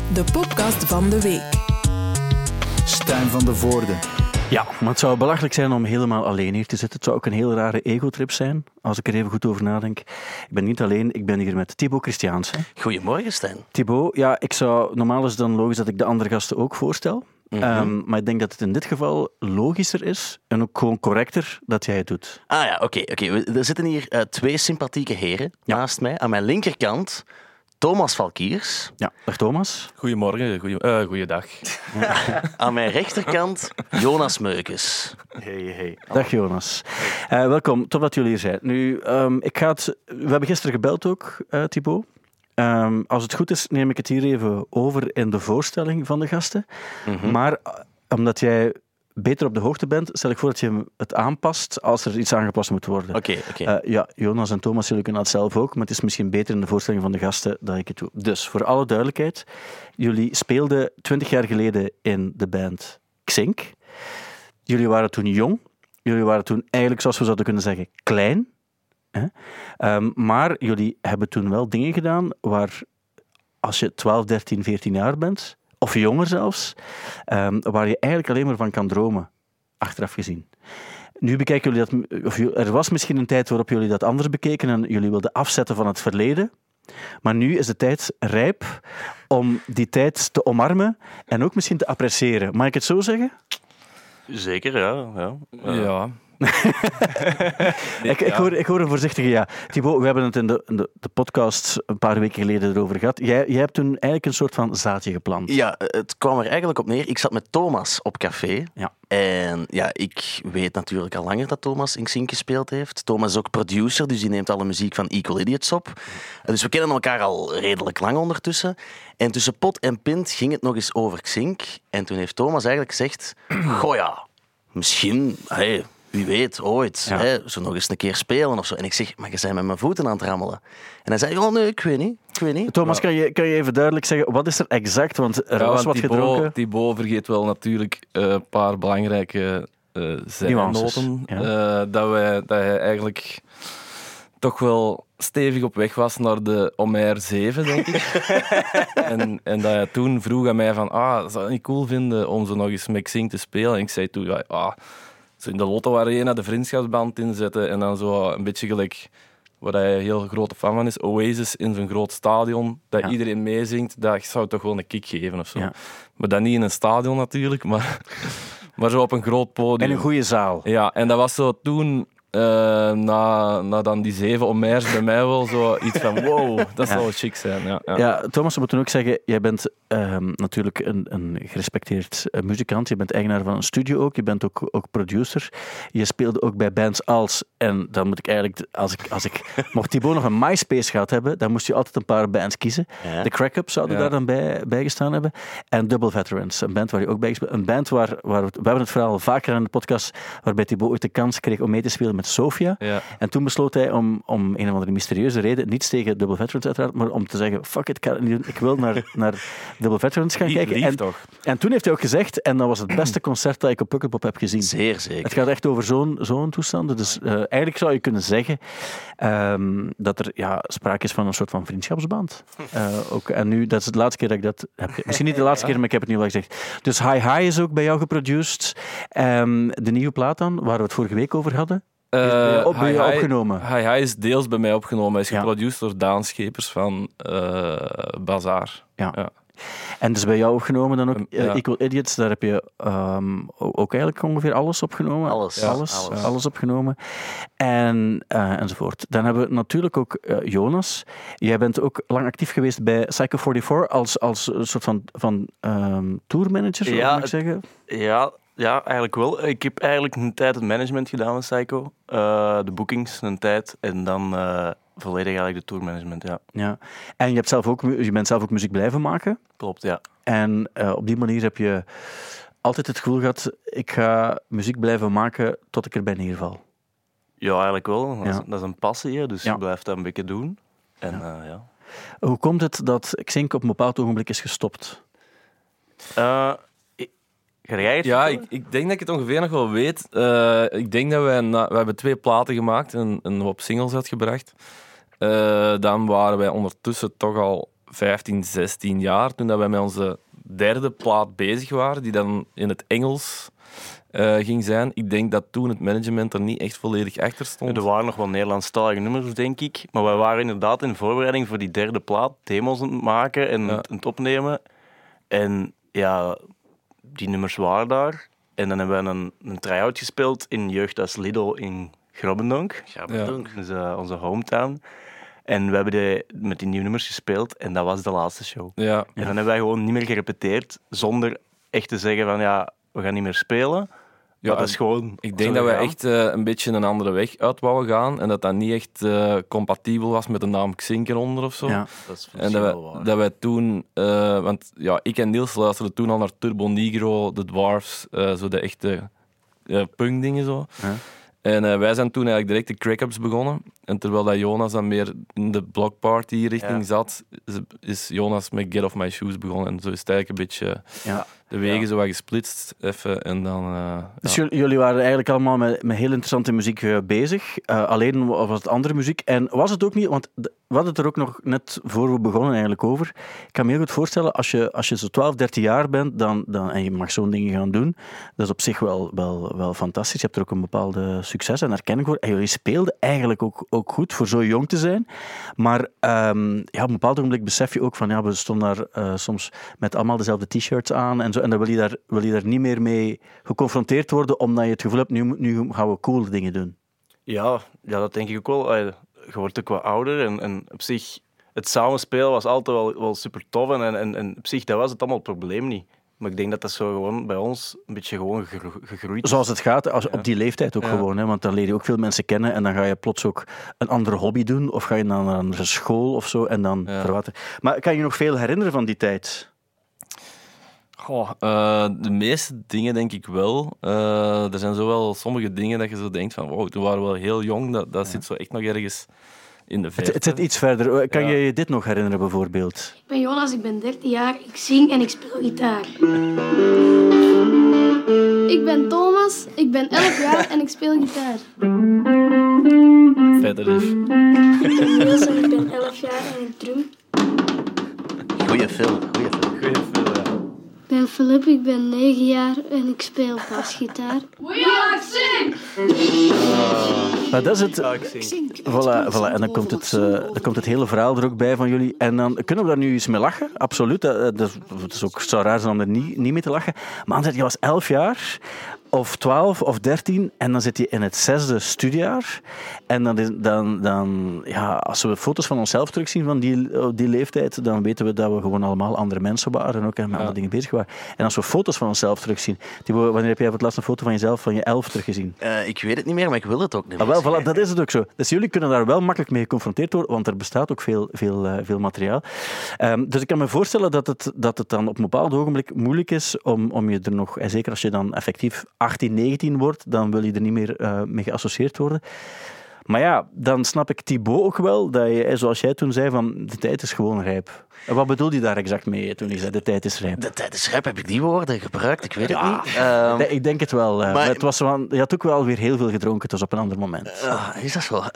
de podcast van de week. Stijn van de Voorde. Ja, maar het zou belachelijk zijn om helemaal alleen hier te zitten. Het zou ook een heel rare egotrip zijn, als ik er even goed over nadenk. Ik ben niet alleen, ik ben hier met Thibaut Christiaanse. Goedemorgen, Stijn. Thibaut, ja, normaal is het dan logisch dat ik de andere gasten ook voorstel. Maar ik denk dat het in dit geval logischer is en ook gewoon correcter dat jij het doet. Ah ja, oké. Er zitten hier twee sympathieke heren naast mij. Aan mijn linkerkant Thomas Valkiers. Ja, dag Thomas. Goedemorgen, goeiedag. Aan mijn rechterkant Jonas Meukes. Hey. Dag Jonas. Welkom, tof dat jullie hier zijn. Nu, we hebben gisteren gebeld ook, Thibaut. Als het goed is, neem ik het hier even over in de voorstelling van de gasten. Mm-hmm. Maar omdat jij beter op de hoogte bent, stel ik voor dat je het aanpast als er iets aangepast moet worden. Oké. Jonas en Thomas, jullie kunnen dat zelf ook, maar het is misschien beter in de voorstelling van de gasten dat ik het doe. Dus, voor alle duidelijkheid, jullie speelden 20 jaar geleden in de band Xink. Jullie waren toen jong. Jullie waren toen eigenlijk, zoals we zouden kunnen zeggen, klein. Maar jullie hebben toen wel dingen gedaan waar, als je 12, 13, 14 jaar bent, of jonger zelfs, waar je eigenlijk alleen maar van kan dromen, achteraf gezien. Nu bekijken jullie dat, of er was misschien een tijd waarop jullie dat anders bekeken en jullie wilden afzetten van het verleden. Maar nu is de tijd rijp om die tijd te omarmen en ook misschien te appreciëren. Mag ik het zo zeggen? Zeker, ja. Ja. Ik hoor een voorzichtige ja. Thibaut, we hebben het in de podcast een paar weken geleden erover gehad. Jij hebt toen eigenlijk een soort van zaadje geplant. Ja, het kwam er eigenlijk op neer. Ik zat met Thomas op café. Ja. En ja, ik weet natuurlijk al langer dat Thomas in Xink gespeeld heeft. Thomas is ook producer, dus die neemt alle muziek van Equal Idiots op. Dus we kennen elkaar al redelijk lang ondertussen. En tussen pot en pint ging het nog eens over Xink. En toen heeft Thomas eigenlijk gezegd, goh ja, misschien... Wie weet, ooit, zo nog eens een keer spelen of zo. En ik zeg, maar je bent met mijn voeten aan het rammelen. En hij zei, oh nee, ik weet niet. Thomas, kan je even duidelijk zeggen, wat is er exact? Want er was wat gedronken. Thibaut vergeet wel natuurlijk een paar belangrijke zijnoten. Dat hij eigenlijk toch wel stevig op weg was naar de Omer 7, denk ik. en dat hij toen vroeg aan mij van, zou je niet cool vinden om zo nog eens met Xink te spelen? En ik zei toen, zo in de Lotto Arena de vriendschapsband inzetten en dan zo een beetje gelijk, waar hij een heel grote fan van is, Oasis in zo'n groot stadion, dat iedereen meezingt, dat zou toch wel een kick geven of zo. Ja. Maar dan niet in een stadion natuurlijk, maar zo op een groot podium. En een goede zaal. Ja, en dat was zo toen, na dan die 7 Omers bij mij wel zo iets van wow, dat zou chic zijn. Ja, Thomas, we moeten ook zeggen, jij bent natuurlijk een gerespecteerd muzikant. Je bent eigenaar van een studio ook. Je bent ook producer. Je speelde ook bij bands als, en dan moet ik eigenlijk, als ik mocht Thibaut nog een MySpace gehad hebben, dan moest je altijd een paar bands kiezen. Ja. De Crack-Up zouden daar dan bij gestaan hebben. En Double Veterans, een band waar je ook bij gespeeld. Een band waar we hebben het verhaal vaker in de podcast, waarbij Thibaut ooit de kans kreeg om mee te spelen met Sofia. Ja. En toen besloot hij om een of andere mysterieuze reden, niets tegen Double Veterans uiteraard, maar om te zeggen, fuck it, ik kan het niet doen. Ik wil naar Double Veterans gaan kijken. En toen heeft hij ook gezegd, en dat was het beste concert dat ik op Pukkelpop heb gezien. Zeer zeker. Het gaat echt over zo'n toestand. Dus eigenlijk zou je kunnen zeggen dat er sprake is van een soort van vriendschapsband. En nu, dat is de laatste keer dat ik dat heb. Misschien niet de laatste keer, maar ik heb het nu wel gezegd. Dus Hi Hi is ook bij jou geproduced. De nieuwe plaat dan, waar we het vorige week over hadden. Ben je opgenomen? Hij is deels bij mij opgenomen. Hij is geproduceerd door Daan Schepers van Bazaar. Ja. En dus bij jou opgenomen dan ook Equal Idiots, daar heb je ook eigenlijk ongeveer alles opgenomen. Alles opgenomen. En enzovoort. Dan hebben we natuurlijk ook Jonas. Jij bent ook lang actief geweest bij Psycho 44 als een soort van tourmanager, zou ik zeggen. Ja, eigenlijk wel. Ik heb eigenlijk een tijd het management gedaan van Psycho. De bookings een tijd en dan volledig eigenlijk de tourmanagement, ja. En je bent zelf ook muziek blijven maken? Klopt, ja. En op die manier heb je altijd het gevoel gehad, ik ga muziek blijven maken tot ik erbij neerval. Ja, eigenlijk wel. Dat is een passie, dus je blijft dat een beetje doen. En, Hoe komt het dat Xink op een bepaald ogenblik is gestopt? Ik denk dat ik het ongeveer nog wel weet. Ik denk dat we hebben 2 platen gemaakt en op singles uitgebracht. Dan waren wij ondertussen toch al 15, 16 jaar, toen dat wij met onze derde plaat bezig waren, die dan in het Engels ging zijn. Ik denk dat toen het management er niet echt volledig achter stond. Er waren nog wel Nederlandstalige nummers, denk ik. Maar wij waren inderdaad in voorbereiding voor die derde plaat demos aan het maken en het opnemen. En ja, die nummers waren daar. En dan hebben we een try-out gespeeld in Jeugdhuis Lido in Grobbendonk. Dus onze hometown. En we hebben met die nieuwe nummers gespeeld en dat was de laatste show. Ja. En dan hebben wij gewoon niet meer gerepeteerd zonder echt te zeggen van ja, we gaan niet meer spelen. Ja, dat is gewoon. Ik denk dat we echt een beetje een andere weg uit wouden gaan en dat niet echt compatibel was met de naam Xink eronder of zo. Ja, dat is en dat wij toen, want ja, ik en Niels luisterden toen al naar Turbo Negro, The Dwarfs, zo de echte punkdingen zo. Ja. En wij zijn toen eigenlijk direct de Crack-Ups begonnen. En terwijl dat Jonas dan meer in de blockparty richting zat, is Jonas met Get Off My Shoes begonnen. En zo is het eigenlijk een beetje de wegen zo wat gesplitst. Even, en dan, dus jullie waren eigenlijk allemaal met heel interessante muziek bezig. Alleen was het andere muziek. En was het ook niet, want we hadden het er ook nog net voor we begonnen eigenlijk over. Ik kan me heel goed voorstellen, als je zo 12, 13 jaar bent dan, en je mag zo'n dingen gaan doen, dat is op zich wel fantastisch. Je hebt er ook een bepaalde succes en erkenning voor. En jullie speelden eigenlijk ook goed voor zo jong te zijn. Maar op een bepaald ogenblik besef je ook van, we stonden daar soms met allemaal dezelfde t-shirts aan en zo. En dan wil je daar niet meer mee geconfronteerd worden, omdat je het gevoel hebt, nu gaan we coole dingen doen. Ja, dat denk ik ook wel. Je wordt ook wat ouder en op zich, het samenspelen was altijd wel super tof en op zich, dat was het allemaal het probleem niet. Maar ik denk dat zo gewoon bij ons een beetje gewoon gegroeid is. Zoals het gaat, op die leeftijd ook gewoon. Hè, want dan leer je ook veel mensen kennen en dan ga je plots ook een andere hobby doen of ga je naar een andere school of zo en dan verwateren. Maar kan je nog veel herinneren van die tijd? De meeste dingen denk ik wel. Er zijn zo wel sommige dingen dat je zo denkt van wow, toen waren we wel heel jong, dat zit zo echt nog ergens in de verte. Het zit iets verder. Kan je je dit nog herinneren bijvoorbeeld? Ik ben Jonas, ik ben 13 jaar, ik zing en ik speel gitaar. Ik ben Thomas, ik ben 11 jaar en ik speel gitaar. Verder is. Ik ben Niels en ik ben 11 jaar en ik drum. Goeie film. Ik ben Filip, ik ben 9 jaar en ik speel basgitaar. We are Xink! Maar dat is het. Voilà. En dan komt het hele verhaal er ook bij van jullie. En dan kunnen we daar nu eens mee lachen. Absoluut. Het is ook, het zou raar zijn om er niet mee te lachen. Maar anders, je was 11 jaar. Of 12 of 13 en dan zit je in het 6e studiejaar. En dan als we foto's van onszelf terugzien van die leeftijd, dan weten we dat we gewoon allemaal andere mensen waren en ook met andere dingen bezig waren. En als we foto's van onszelf terugzien, wanneer heb jij voor het laatst een foto van jezelf van je 11 teruggezien? Ik weet het niet meer, maar ik wil het ook niet meer. Voilà, dat is het ook zo. Dus jullie kunnen daar wel makkelijk mee geconfronteerd worden, want er bestaat ook veel materiaal. Dus ik kan me voorstellen dat het dan op een bepaald ogenblik moeilijk is om je er nog, en zeker als je dan effectief 18, 19 wordt, dan wil je er niet meer mee geassocieerd worden. Maar ja, dan snap ik Thibaut ook wel, dat je, zoals jij toen zei, van de tijd is gewoon rijp. En wat bedoelde je daar exact mee toen je zei de tijd is rijp? De tijd is rijp, heb ik die woorden gebruikt? Ik weet het niet. Ik denk het wel. Maar het was je had ook wel weer heel veel gedronken, het was op een ander moment. Is dat zo?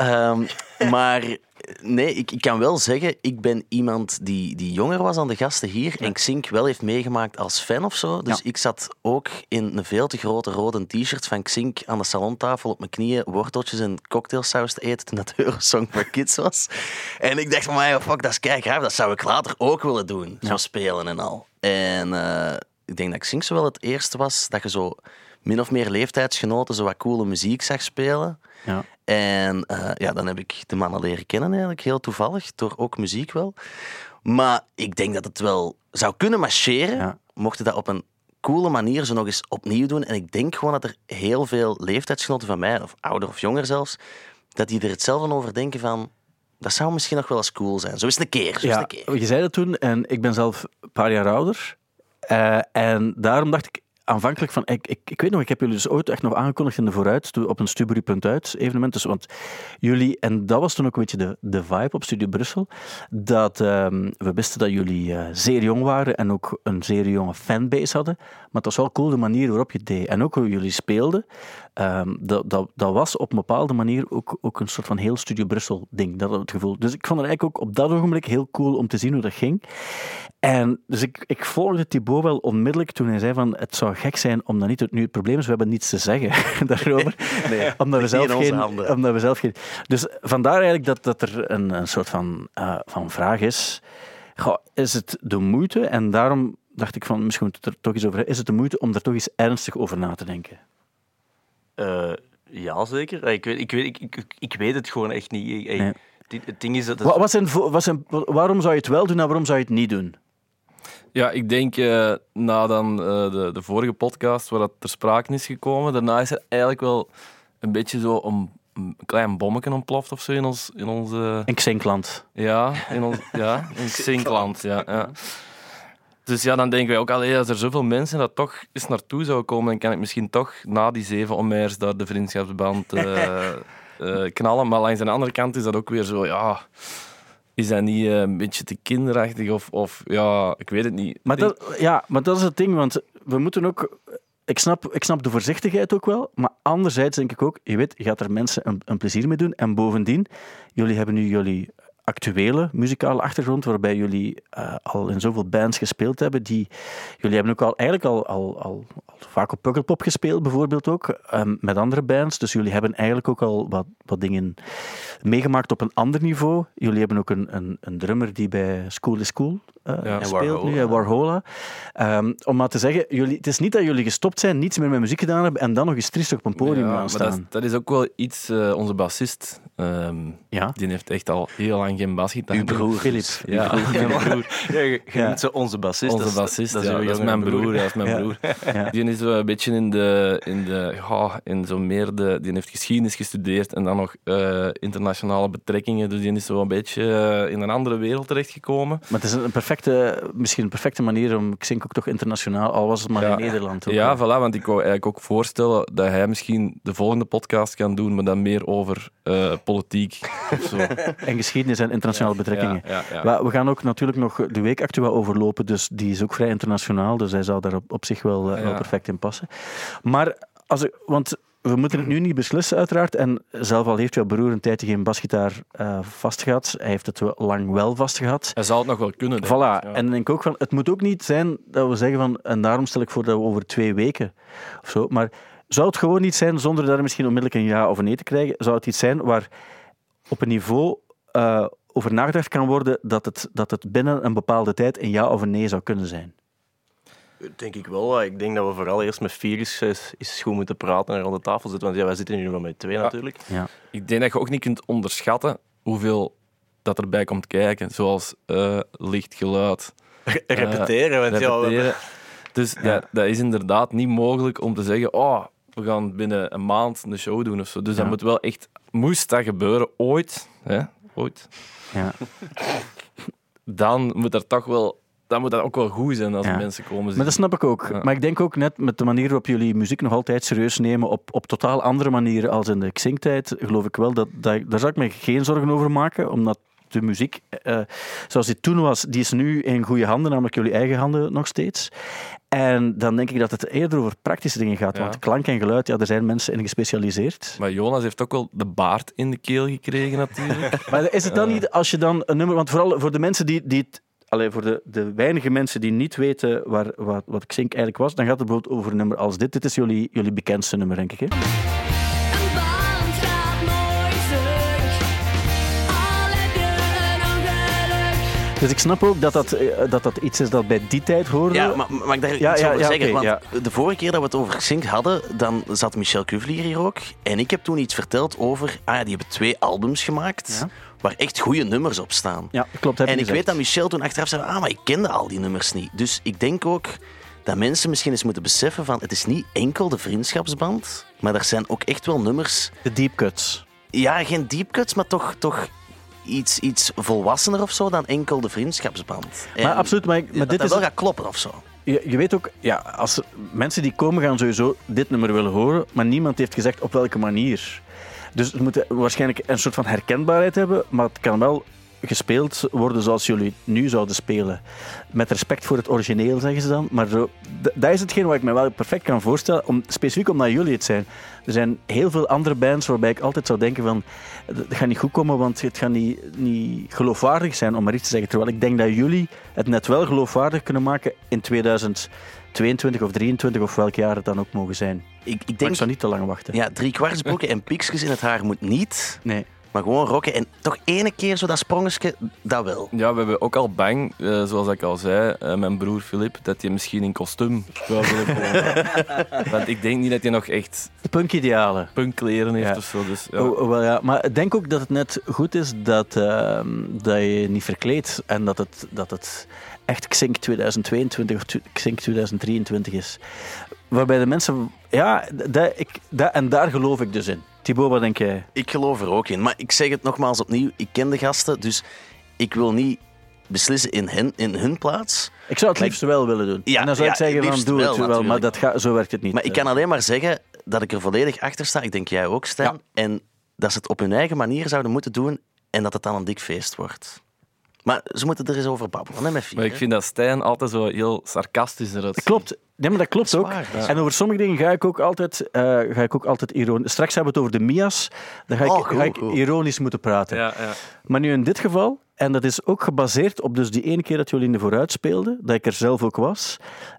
Maar nee, ik kan wel zeggen, ik ben iemand die jonger was dan de gasten hier en Xink wel heeft meegemaakt als fan of zo. Dus ik zat ook in een veel te grote rode t-shirt van Xink aan de salontafel op mijn knieën worteltjes en cocktailsaus te eten toen dat Eurosong for Kids was. En ik dacht van mij, fuck, dat is keigraaf, dat zou ik later ook willen doen. Zo spelen en al. En ik denk dat Xink zo wel het eerste was dat je zo min of meer leeftijdsgenoten zo wat coole muziek zag spelen. Ja. En dan heb ik de mannen leren kennen eigenlijk, heel toevallig, door ook muziek wel. Maar ik denk dat het wel zou kunnen marcheren, mochten dat op een coole manier zo nog eens opnieuw doen. En ik denk gewoon dat er heel veel leeftijdsgenoten van mij, of ouder of jonger zelfs, dat die er hetzelfde over denken van, dat zou misschien nog wel eens cool zijn. Zo is het een keer. Je zei dat toen, en ik ben zelf een paar jaar ouder. En daarom dacht ik aanvankelijk van, ik weet nog, ik heb jullie dus ooit echt nog aangekondigd in de Vooruit, op een Stubbery.uit evenement. Dus, want jullie, en dat was toen ook een beetje de vibe op Studio Brussel, dat we wisten dat jullie zeer jong waren en ook een zeer jonge fanbase hadden. Maar het was wel cool de manier waarop je het deed. En ook hoe jullie speelden. Dat was op een bepaalde manier ook een soort van heel Studio Brussel ding. Dat had het gevoel. Dus ik vond het eigenlijk ook op dat ogenblik heel cool om te zien hoe dat ging. En dus ik volgde Thibaut wel onmiddellijk toen hij zei van het zou gek zijn om dat niet... Nu, het probleem is, we hebben niets te zeggen daarover. Nee, omdat we zelf geen... Dus vandaar eigenlijk dat er een soort van vraag is. Goh, is het de moeite? En daarom dacht ik van, misschien moet het er toch eens over hebben. Is het de moeite om er toch eens ernstig over na te denken? Ja, zeker. Ik weet het gewoon echt niet. Nee. Het ding is dat... Waarom zou je het wel doen en waarom zou je het niet doen? Ja, ik denk na dan de vorige podcast waar dat ter sprake is gekomen, daarna is er eigenlijk wel een beetje zo een klein bommetje ontploft of zo in onze... In Xinkland. Ja, in Xinkland, ja. Dus ja, dan denken wij ook, als er zoveel mensen dat toch eens naartoe zouden komen, dan kan ik misschien toch na die 7 ommers daar de vriendschapsband knallen. Maar langs de andere kant is dat ook weer zo, ja... Is dat niet een beetje te kinderachtig of ja, ik weet het niet. Maar dat is het ding, want we moeten ook... Ik snap de voorzichtigheid ook wel, maar anderzijds denk ik ook, je gaat er mensen een plezier mee doen. En bovendien, jullie hebben nu jullie actuele muzikale achtergrond, waarbij jullie al in zoveel bands gespeeld hebben. Jullie hebben ook al vaak op Pukkelpop gespeeld, bijvoorbeeld ook, met andere bands. Dus jullie hebben eigenlijk ook al wat dingen meegemaakt op een ander niveau. Jullie hebben ook een drummer die bij School is Cool speelt nu, Warhola. Om maar te zeggen, het is niet dat jullie gestopt zijn, niets meer met muziek gedaan hebben en dan nog eens triestig op een podium gaan staan. Maar dat is ook wel iets, onze bassist, die heeft echt al heel lang geen basgitaar. Uw broer, Filip. Ja, mijn broer. Je noemt ze onze bassist. Onze bassist, dat is mijn broer. Dat is mijn broer. Ja. Die is een beetje in zo meer die heeft geschiedenis gestudeerd en dan nog internationale betrekkingen. Dus die is zo een beetje in een andere wereld terechtgekomen. Maar het is misschien een perfecte manier om Xink ook toch internationaal, al was het maar in Nederland. Ook, ja, voilà, want ik wou eigenlijk ook voorstellen dat hij misschien de volgende podcast kan doen, maar dan meer over politiek of zo. En geschiedenis en internationale betrekkingen. Ja. We gaan ook natuurlijk nog de week Actua overlopen, dus die is ook vrij internationaal, dus hij zou daar op zich wel perfect in passen. Maar, want we moeten het nu niet beslissen, uiteraard. En zelf al heeft jouw broer een tijdje geen basgitaar vastgehad. Hij heeft het lang wel vastgehad. Hij zal het nog wel kunnen. Voilà. Ja. En dan denk ik ook van, het moet ook niet zijn dat we zeggen van, en daarom stel ik voor dat we over 2 weken of zo, maar zou het gewoon niet zijn, zonder daar misschien onmiddellijk een ja of een nee te krijgen, zou het iets zijn waar op een niveau over nagedacht kan worden dat het binnen een bepaalde tijd een ja of een nee zou kunnen zijn? Denk ik wel. Ik denk dat we vooral eerst met 4 eens goed moeten praten en rond de tafel zitten. Want wij zitten nu nog met 2 natuurlijk. Ja. Ik denk dat je ook niet kunt onderschatten hoeveel dat erbij komt kijken. Zoals licht, geluid. Repeteren. Dus dat is inderdaad niet mogelijk om te zeggen, we gaan binnen een maand een show doen of zo. Dus dat moet wel echt... Moest dat gebeuren ooit, Ja. Dan moet dat toch wel... Dan moet dat ook wel goed zijn als mensen komen zien. Maar dat snap ik ook. Ja. Maar ik denk ook net met de manier waarop jullie muziek nog altijd serieus nemen, op totaal andere manieren als in de Xink-tijd, geloof ik wel, daar zou ik me geen zorgen over maken, omdat de muziek, zoals die toen was, die is nu in goede handen, namelijk jullie eigen handen nog steeds. En dan denk ik dat het eerder over praktische dingen gaat, want klank en geluid, daar zijn mensen in gespecialiseerd. Maar Jonas heeft ook wel de baard in de keel gekregen natuurlijk. Maar is het dan niet, als je dan een nummer, want vooral voor de mensen die het voor de weinige mensen die niet weten wat Xink eigenlijk was, dan gaat het bijvoorbeeld over een nummer als dit. Dit is jullie bekendste nummer, denk ik, hè? Dus ik snap ook dat iets is dat bij die tijd hoorde. Ja, maar ik daar iets over zeggen? Want de vorige keer dat we het over Xink hadden, dan zat Michel Cuvelier hier ook. En ik heb toen iets verteld over... die hebben 2 albums gemaakt, waar echt goede nummers op staan. Ja, klopt. En ik weet dat Michel toen achteraf zei, maar ik kende al die nummers niet. Dus ik denk ook dat mensen misschien eens moeten beseffen van, het is niet enkel de vriendschapsband, maar er zijn ook echt wel nummers... De deep cuts. Ja, geen deep cuts, maar toch iets volwassener of zo dan enkel de vriendschapsband. Maar en absoluut, maar dit dat wel gaat kloppen of zo. Je weet ook, als mensen die komen gaan sowieso dit nummer willen horen, maar niemand heeft gezegd op welke manier. Dus het moet waarschijnlijk een soort van herkenbaarheid hebben, maar het kan wel gespeeld worden zoals jullie nu zouden spelen. Met respect voor het origineel, zeggen ze dan. Maar dat is hetgeen wat ik me wel perfect kan voorstellen, specifiek omdat jullie het zijn. Er zijn heel veel andere bands waarbij ik altijd zou denken van, het gaat niet goed komen, want het gaat niet geloofwaardig zijn, om maar iets te zeggen. Terwijl ik denk dat jullie het net wel geloofwaardig kunnen maken in 2022 of 23 of welk jaar het dan ook mogen zijn. Ik denk, ik zou niet te lang wachten. Ja, 3/4 en piekjes in het haar moet niet. Nee. Maar gewoon rocken. En toch ene keer zo dat sprongetje, dat wel. Ja, we hebben ook al bang, zoals ik al zei, mijn broer Filip, dat hij misschien in kostuum zou willen komen. Want ik denk niet dat hij nog echt Punk-idealen. punkkleren heeft of zo. Dus, ja. Wel, ja. Maar ik denk ook dat het net goed is dat je niet verkleedt en dat het echt Xink 2022 of Xink 2023 is. Waarbij de mensen... Ja, en daar geloof ik dus in. Thibaut, wat denk jij? Ik geloof er ook in. Maar ik zeg het nogmaals opnieuw. Ik ken de gasten, dus ik wil niet beslissen in hun plaats. Ik zou het liefst wel willen doen. Ja, en dan zou ik zeggen, van, doe het wel. Maar zo werkt het niet. Maar ik kan alleen maar zeggen dat ik er volledig achter sta. Ik denk jij ook, Stijn. Ja. En dat ze het op hun eigen manier zouden moeten doen en dat het dan een dik feest wordt. Maar ze moeten er eens over babbelen, hè, met vier. Maar ik vind dat Stijn altijd zo heel sarcastisch eruit ziet. Klopt. Nee, maar dat klopt dat ook. Waar, ja. En over sommige dingen ga ik ook altijd ironisch... Straks hebben we het over de Mia's. Dan ga ik ironisch moeten praten. Ja. Maar nu in dit geval, en dat is ook gebaseerd op dus die ene keer dat Jolien de Vooruit speelde, dat ik er zelf ook was,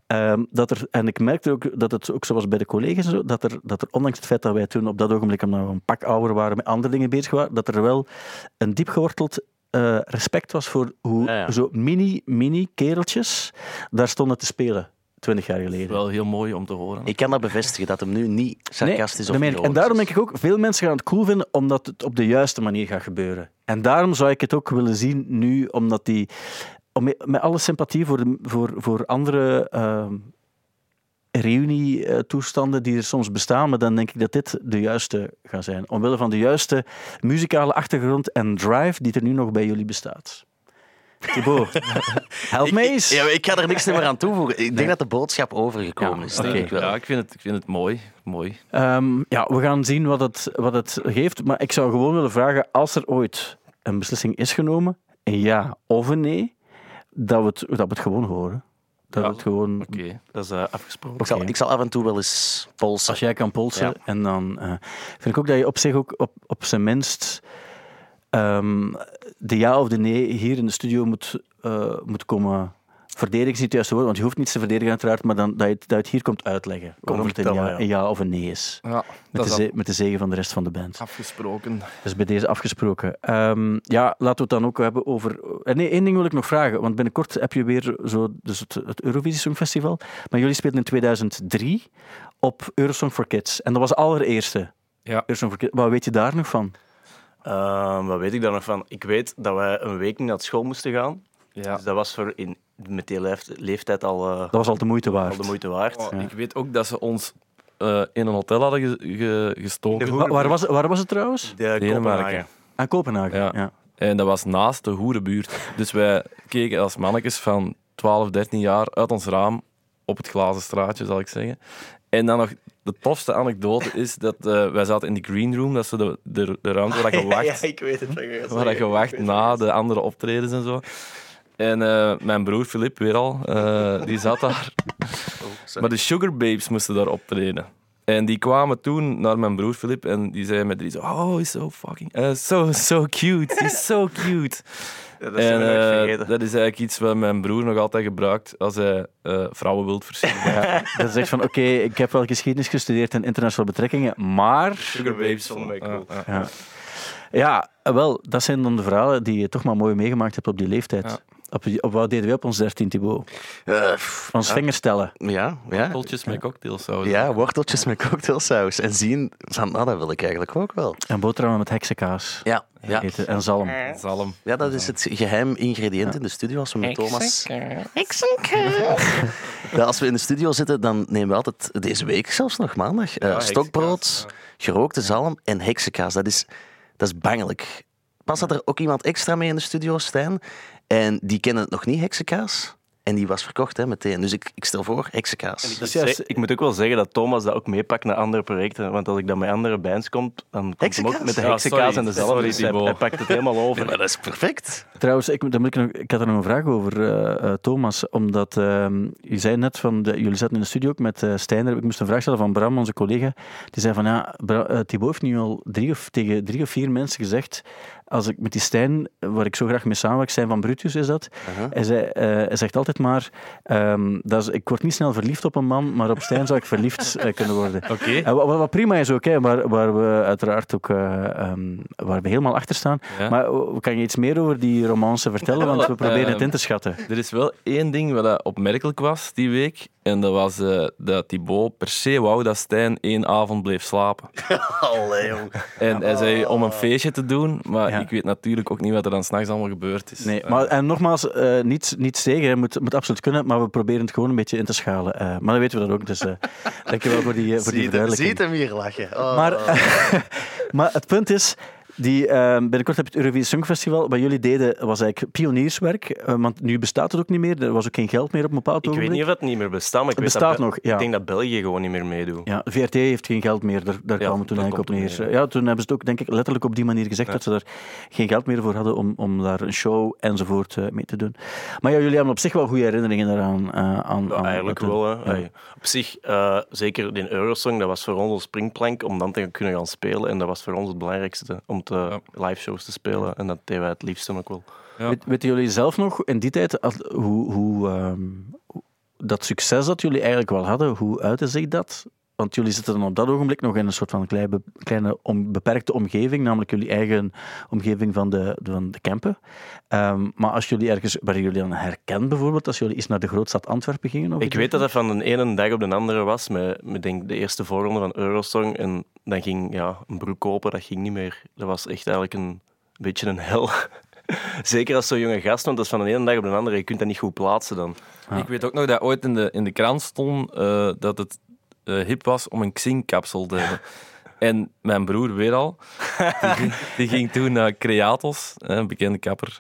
en ik merkte ook dat het ook zoals bij de collega's, dat er ondanks het feit dat wij toen op dat ogenblik, omdat we een pak ouder waren, met andere dingen bezig waren, dat er wel een diep geworteld respect was voor hoe zo mini kereltjes daar stonden te spelen 20 jaar geleden. Wel heel mooi om te horen. Ik kan dat bevestigen, dat hem nu niet sarcastisch of ironisch is. En daarom denk ik ook, veel mensen gaan het cool vinden omdat het op de juiste manier gaat gebeuren. En daarom zou ik het ook willen zien nu, omdat met alle sympathie voor andere reunietoestanden die er soms bestaan, maar dan denk ik dat dit de juiste gaat zijn. Omwille van de juiste muzikale achtergrond en drive die er nu nog bij jullie bestaat. Thibaut, help me eens. Ik ga er niks meer aan toevoegen. Ik denk dat de boodschap overgekomen is. Denk ik wel. Ja, ik vind het mooi. We gaan zien wat het geeft. Maar ik zou gewoon willen vragen, als er ooit een beslissing is genomen, een ja of een nee, dat we het gewoon horen. Oké. Dat is afgesproken. Ik zal af en toe wel eens polsen. Als jij kan polsen. En dan vind ik ook dat je op zich ook op zijn minst de ja of de nee hier in de studio moet komen verdedigen. Is niet het juiste woord, want je hoeft niets te verdedigen uiteraard, maar dan, dat je het hier komt uitleggen. Waarom het een ja of een nee is. Ja, met de zegen van de rest van de band. Afgesproken. Dus bij deze afgesproken. Laten we het dan ook hebben over... Nee, één ding wil ik nog vragen, want binnenkort heb je weer het Eurovisie Songfestival. Maar jullie speelden in 2003 op Eurosong for Kids. En dat was de allereerste. Ja. Eurosong for Kids. Wat weet je daar nog van? Wat weet ik daar nog van? Ik weet dat wij een week niet naar school moesten gaan. Ja. Dus dat was met die leeftijd al... Dat was al de moeite waard. Al de moeite waard. Ja. Ik weet ook dat ze ons in een hotel hadden gestoken. Waar was het trouwens? Denemarken. Aan Kopenhagen, ja. En dat was naast de hoerenbuurt. Dus wij keken als mannetjes van 12, 13 jaar uit ons raam op het glazen straatje, zal ik zeggen. En dan nog, de tofste anekdote is dat wij zaten in de green room, dat is de ruimte waar je wacht, ik weet het. waar je wacht na de andere optredens en zo. En mijn broer Filip, weer al, die zat daar. Maar de Sugar Babes moesten daar optreden. En die kwamen toen naar mijn broer Filip en die zeiden met drie zo, oh, he's so fucking, so cute, he's so cute. Ja, dat is eigenlijk iets wat mijn broer nog altijd gebruikt als hij vrouwen wilt versieren. Ja, dat is echt van, oké, ik heb wel geschiedenis gestudeerd en internationale betrekkingen, maar... Sugar Babes vonden wij cool. Ja, wel, dat zijn dan de verhalen die je toch maar mooi meegemaakt hebt op die leeftijd. Ja. Op wat deden wij op ons 13, Thibaut? Ons vingers tellen. Ja. Worteltjes met cocktailsaus. Ja, worteltjes met cocktailsaus. En zien van, dat wil ik eigenlijk ook wel. En boterhammen met heksenkaas. Ja. Eten. En zalm. Ja, dat is het geheim ingrediënt in de studio als we met Thomas... Heksenkaas. Ja, als we in de studio zitten, dan nemen we altijd, deze week zelfs nog maandag, stokbrood, gerookte zalm en heksenkaas. Dat is bangelijk. Pas had er ook iemand extra mee in de studio, Stijn. En die kennen het nog niet, heksenkaas. En die was verkocht meteen. Dus ik stel voor, heksenkaas. Ik moet ook wel zeggen dat Thomas dat ook meepakt naar andere projecten. Want als ik dan met andere bands kom, dan komt hij ook met de heksenkaas en dezelfde. Dus hij pakt het helemaal over. Ja, maar dat is perfect. Trouwens, ik had er nog een vraag over, Thomas. Omdat je zei net, jullie zaten in de studio ook met Stijn. Ik moest een vraag stellen van Bram, onze collega. Die zei van, Thibaut heeft nu al tegen 3 of 4 mensen gezegd... Als ik met die Stijn, waar ik zo graag mee samenwerk, Stijn van Brutus is dat. Hij zegt altijd maar, ik word niet snel verliefd op een man, maar op Stijn zou ik verliefd kunnen worden. Okay. Wat prima is ook, waar we uiteraard ook waar we helemaal achter staan. Ja. Maar kan je iets meer over die romance vertellen? Want we proberen het in te schatten. Er is wel 1 ding wat opmerkelijk was die week. En dat was dat Thibaut per se wou dat Stijn 1 avond bleef slapen. Allee, jong. En hij zei om een feestje te doen, maar ik weet natuurlijk ook niet wat er dan 's nachts allemaal gebeurd is. Nee, maar en nogmaals, niets tegen, het moet absoluut kunnen, maar we proberen het gewoon een beetje in te schalen. Maar dan weten we dat ook, dus dankjewel voor die verduidelijking. Ziet hem hier lachen. Maar het punt is... binnenkort heb je het Eurovisie Songfestival. Wat jullie deden was eigenlijk pionierswerk. Want nu bestaat het ook niet meer. Er was ook geen geld meer op een bepaald ogenblik. Ik weet niet of het niet meer bestaat, maar ik denk dat België gewoon niet meer meedoet. Ja, de VRT heeft geen geld meer. Daar kwamen we toen eigenlijk op neer. Ja, toen hebben ze het ook denk ik letterlijk op die manier gezegd dat ze er geen geld meer voor hadden om daar een show enzovoort mee te doen. Maar jullie hebben op zich wel goede herinneringen daaraan. Eigenlijk wel. Hè. Ja. Op zich, zeker de Eurosong, dat was voor ons een springplank om dan te kunnen gaan spelen. En dat was voor ons het belangrijkste om live shows te spelen. En dat deden wij het liefst ook wel. Ja. Weten jullie zelf nog in die tijd hoe dat succes dat jullie eigenlijk wel hadden, hoe uitte zich dat? Want jullie zitten dan op dat ogenblik nog in een soort van kleine beperkte omgeving, namelijk jullie eigen omgeving van de Kempen. Maar als jullie ergens, werden jullie dan herkend bijvoorbeeld, als jullie eens naar de grootstad Antwerpen gingen? Ik weet dat het van de ene dag op de andere was, met denk de eerste voorronde van Eurosong. En dan ging een broek kopen, dat ging niet meer. Dat was echt eigenlijk een beetje een hel. Zeker als zo'n jonge gast, want dat is van de ene dag op de andere. Je kunt dat niet goed plaatsen dan. Ja. Ik weet ook nog dat ooit in de krant stond dat het hip was om een Xing-kapsel te hebben. En mijn broer weer al, die ging toen naar Creatos, een bekende kapper,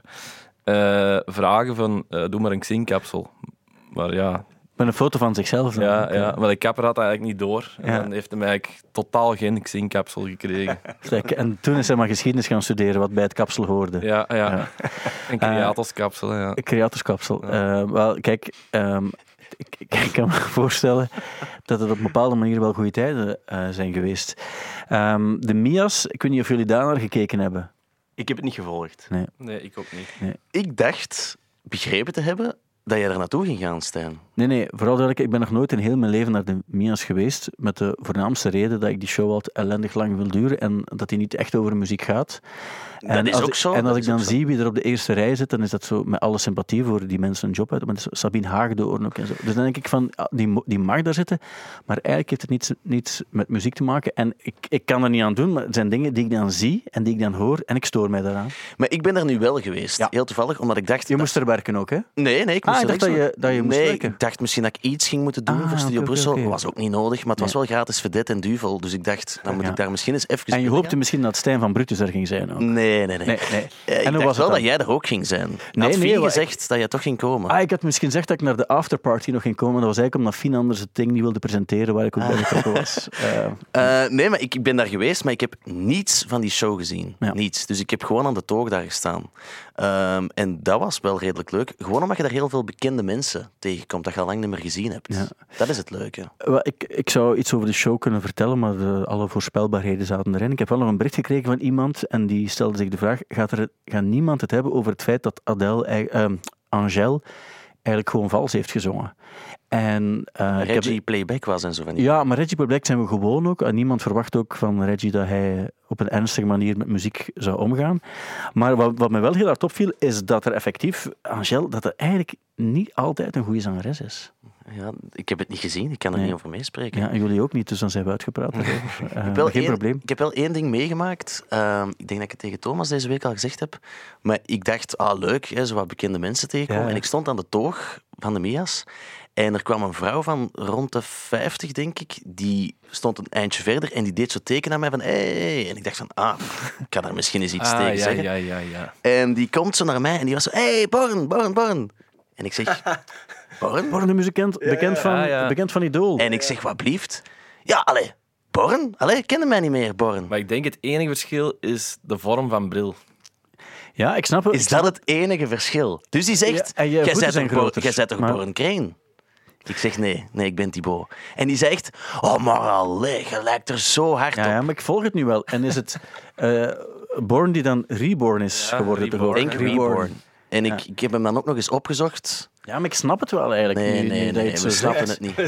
vragen van doe maar een Xing-kapsel. Maar ja... Met een foto van zichzelf. Ja, maar de kapper had dat eigenlijk niet door. En dan heeft hij eigenlijk totaal geen Xing-kapsel gekregen. En toen is hij maar geschiedenis gaan studeren, wat bij het kapsel hoorde. Ja. Een Creatos-kapsel, ja. Creatos-kapsel. Wel, kijk... Ik kan me voorstellen dat het op een bepaalde manier wel goede tijden zijn geweest. De Mia's, ik weet niet of jullie daar naar gekeken hebben. Ik heb het niet gevolgd. Nee, ik ook niet. Nee. Ik dacht begrepen te hebben dat jij er naartoe ging gaan, Stijn. Nee, vooral duidelijk, ik ben nog nooit in heel mijn leven naar de Mia's geweest, met de voornaamste reden dat ik die show altijd ellendig lang wil duren en dat die niet echt over muziek gaat. Dat is ook zo. En als ik dan zie wie er op de eerste rij zit, dan is dat zo met alle sympathie voor die mensen een job uit. Maar Sabine Haagdoorn ook en zo. Dus dan denk ik van, die mag daar zitten, maar eigenlijk heeft het niets met muziek te maken. En ik kan er niet aan doen, maar het zijn dingen die ik dan zie en die ik dan hoor en ik stoor mij daaraan. Maar ik ben er nu wel geweest, heel toevallig, omdat ik dacht... Je moest er werken ook, hè? Nee, ik moest er dacht dat je moest werken. Ik dacht misschien dat ik iets ging moeten doen voor Studio Brussel. Dat was ook niet nodig, maar het was wel gratis vedette en duvel. Dus ik dacht, dan moet ik daar misschien eens even... En je hoopte misschien dat Stijn van Brutus er ging zijn ook? Nee. En ik dacht wel dat jij er ook ging zijn. Had Fien gezegd dat jij toch ging komen? Ik had misschien gezegd dat ik naar de afterparty nog ging komen. Dat was eigenlijk omdat Fien anders het ding niet wilde presenteren waar ik ook bij betrokken was. Nee, maar ik ben daar geweest, maar ik heb niets van die show gezien. Ja. Niets. Dus ik heb gewoon aan de toog daar gestaan. En dat was wel redelijk leuk. Gewoon omdat je daar heel veel bekende mensen tegenkomt dat je al lang niet meer gezien hebt. Ja. Dat is het leuke. Ik zou iets over de show kunnen vertellen, maar alle voorspelbaarheden zaten erin. Ik heb wel nog een bericht gekregen van iemand en die stelde zich de vraag, gaat niemand het hebben over het feit dat Angèle eigenlijk gewoon vals heeft gezongen? En, Reggie Playback was en zo van die. Ja, maar Reggie Playback zijn we gewoon ook. En niemand verwacht ook van Reggie dat hij op een ernstige manier met muziek zou omgaan. Maar wat me wel heel hard opviel, is dat er effectief, Angèle, dat er eigenlijk niet altijd een goede zangeres is. Ja, ik heb het niet gezien, ik kan er niet over meespreken. Ja, en jullie ook niet, dus dan zijn we uitgepraat. Geen probleem. Ik heb wel één ding meegemaakt. Ik denk dat ik het tegen Thomas deze week al gezegd heb. Maar ik dacht, leuk, zo wat bekende mensen tegenkomen. Ja. En ik stond aan de toog van de Mia's. En er kwam een vrouw van rond de 50, denk ik. Die stond een eindje verder en die deed zo teken aan mij van hey. En ik dacht van, ik kan daar misschien eens iets tegen zeggen. Ja. En die komt zo naar mij en die was zo, hey, Born. En ik zeg, Born? Born, de muzikant, bekend van Idol. En ik zeg, wat blieft? Ja, allee, Born? Allee, kennen mij niet meer, Born. Maar ik denk het enige verschil is de vorm van bril. Ja, ik snap het. Is dat het enige verschil? Dus die zegt, jij bent toch Born Crane? Ik zeg, nee, ik ben Thibaut. En die zegt, maar allee, je lijkt er zo hard op. Ja, maar ik volg het nu wel. En is het Born die dan Reborn is geworden? Ik denk Reborn. En ik heb hem dan ook nog eens opgezocht. Ja, maar ik snap het wel eigenlijk. Nee, we snappen het niet.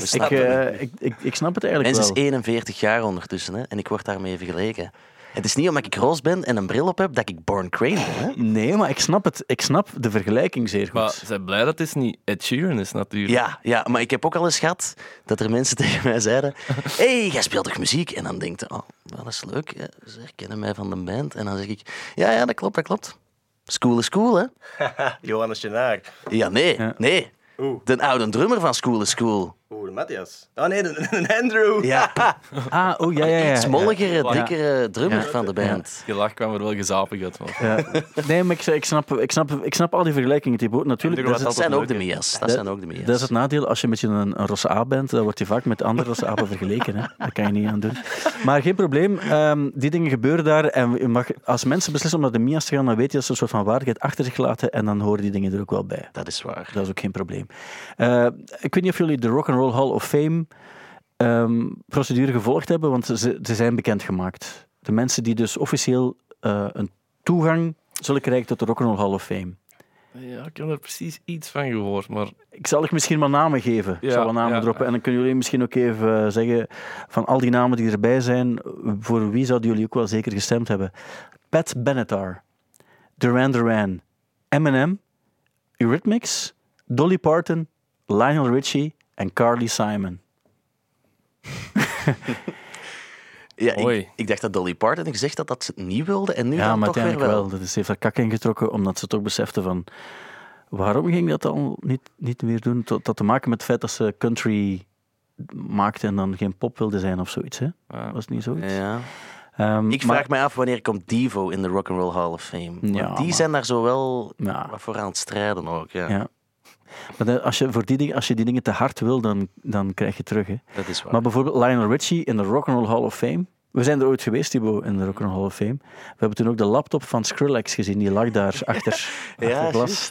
Ik snap het eigenlijk Mensen wel. is 41 jaar ondertussen, hè, en ik word daarmee vergeleken. Het is niet omdat ik roze ben en een bril op heb, dat ik Born Crane ben. Hè? Nee, maar ik snap het. Ik snap de vergelijking zeer goed. Maar ze zijn blij dat het niet Ed Sheeran is, natuurlijk. Ja, maar ik heb ook al eens gehad dat er mensen tegen mij zeiden, hey, jij speelt toch muziek? En dan denk je, dat is leuk, ja, ze herkennen mij van de band. En dan zeg ik, ja, dat klopt. School is cool, hè? Johannes Genaar. Ja, nee. De oude drummer van School is cool. De Matthias. Oh nee, de Andrew. Ja. Ja. Iets molligere, dikkere drummer van de band. Je lach kwam er wel gezapig uit van. Ja. Nee, maar ik snap al die vergelijkingen, Thibaut. Natuurlijk, Dat zijn ook de Mia's. Dat is het nadeel. Als je met een rosse aap bent, dan word je vaak met andere rosse apen vergeleken. Hè. Daar kan je niet aan doen. Maar geen probleem. Die dingen gebeuren daar. En als mensen beslissen om naar de Mia's te gaan, dan weet je dat ze een soort van waardigheid achter zich laten. En dan horen die dingen er ook wel bij. Dat is waar. Dat is ook geen probleem. Ik weet niet of jullie de Rock'n'Roll Hall of Fame procedure gevolgd hebben, want ze zijn bekendgemaakt. De mensen die dus officieel een toegang zullen krijgen tot de Rock'n'Roll Hall of Fame. Ja, ik heb er precies iets van gehoord, maar... Ik zal je misschien wat namen geven. Ik zal wat namen droppen. En dan kunnen jullie misschien ook even zeggen van al die namen die erbij zijn, voor wie zouden jullie ook wel zeker gestemd hebben? Pat Benatar, Duran Duran, Eminem, Eurythmics, Dolly Parton, Lionel Richie en Carly Simon. Ja, ik dacht dat Dolly Parton gezegd had dat ze het niet wilde en nu dan maar toch weer wel. Dat heeft haar kak ingetrokken omdat ze toch besefte van waarom ging dat al niet meer doen? Dat had te maken met het feit dat ze country maakte en dan geen pop wilde zijn of zoiets. Hè? Was het niet zoiets? Ja. Ik vraag me af wanneer komt Devo in de Rock'n'Roll Hall of Fame. Ja, die zijn daar zo wel wat voor aan het strijden ook. Ja. Maar als je die dingen te hard wil, dan krijg je terug. Hè. Dat is waar. Maar bijvoorbeeld Lionel Richie in de Rock'n'Roll Hall of Fame. We zijn er ooit geweest, Thibaut, in de Rock'n'Roll Hall of Fame. We hebben toen ook de laptop van Skrillex gezien. Die lag daar achter het glas.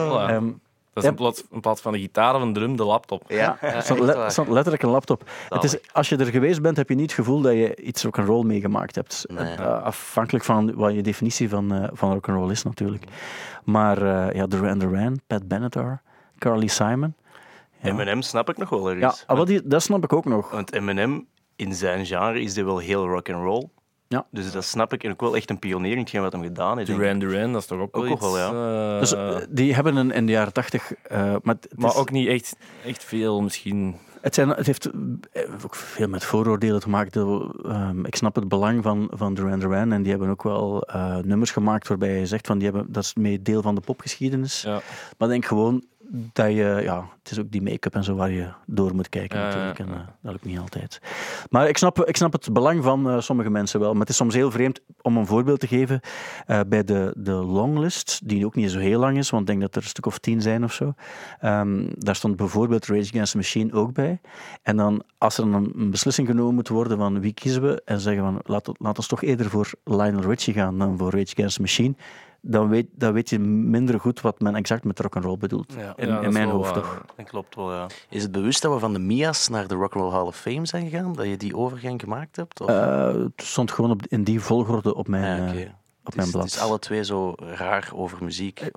Dat is in plaats van de gitaar of een drum, de laptop. Ja, het stond letterlijk een laptop. Het is, als je er geweest bent, heb je niet het gevoel dat je iets rock'n'roll meegemaakt hebt. Nee. Afhankelijk van wat je definitie van rock'n'roll is, natuurlijk. Maar Duran Duran, Pat Benatar, Carly Simon. Ja. Eminem snap ik nog wel ergens. Ja, dat snap ik ook nog. Want Eminem, in zijn genre, is die wel heel rock'n'roll. Ja. Dus dat snap ik. En ook wel echt een pionier in hetgeen wat hem gedaan heeft. Duran, dat is toch ook wel iets... Dus die hebben in de jaren 80... maar ook niet echt veel, misschien... Het heeft ook veel met vooroordelen te maken. Ik snap het belang van Duran Duran. En die hebben ook wel nummers gemaakt waarbij je zegt van dat is mee deel van de popgeschiedenis. Ja. Maar denk gewoon dat je... het is ook die make-up en zo waar je door moet kijken natuurlijk. En dat lukt niet altijd. Maar ik snap het belang van sommige mensen wel. Maar het is soms heel vreemd om een voorbeeld te geven. Bij de longlist, die ook niet zo heel lang is, want ik denk dat er een stuk of 10 zijn of zo. Daar stond bijvoorbeeld Rage Against the Machine ook bij. En dan, als er een beslissing genomen moet worden van wie kiezen we, en zeggen van laat ons toch eerder voor Lionel Richie gaan dan voor Rage Against the Machine, dan weet je minder goed wat men exact met rock'n'roll bedoelt. In mijn hoofd toch. Dat klopt wel, ja. Is het bewust dat we van de Mia's naar de Rock'n'Roll Hall of Fame zijn gegaan? Dat je die overgang gemaakt hebt? Of? Het stond gewoon in die volgorde op mijn, op mijn blad. Het is alle twee zo raar over muziek.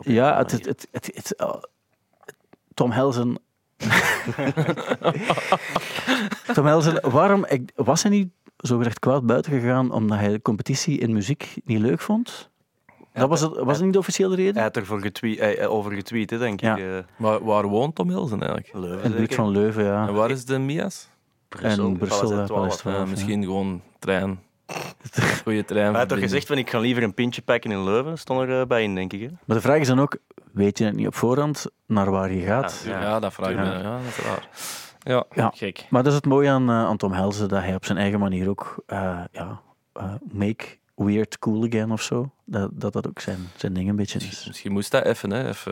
Tom Helsen... Tom Helsen, waarom... Was hij niet zogezegd kwaad buiten gegaan omdat hij de competitie in muziek niet leuk vond? Was het niet de officiële reden? Hij had er over getweet, denk ik. Maar waar woont Tom Helsen eigenlijk? Leuven, in de buurt van Leuven, ja. En waar is de Mia's? Brussel, Paleis 12. Misschien gewoon trein. Goeie trein. Hij had toch gezegd van ik ga liever een pintje pakken in Leuven? Stond erbij in, denk ik. Hè? Maar de vraag is dan ook, weet je het niet op voorhand naar waar je gaat? Ja, dat vraag ik me. Ja, dat is raar. Ja, gek. Maar dat is het mooie aan Tom Helsen, dat hij op zijn eigen manier ook make weird cool again of zo. Dat ook zijn ding een beetje is. Misschien moest dat even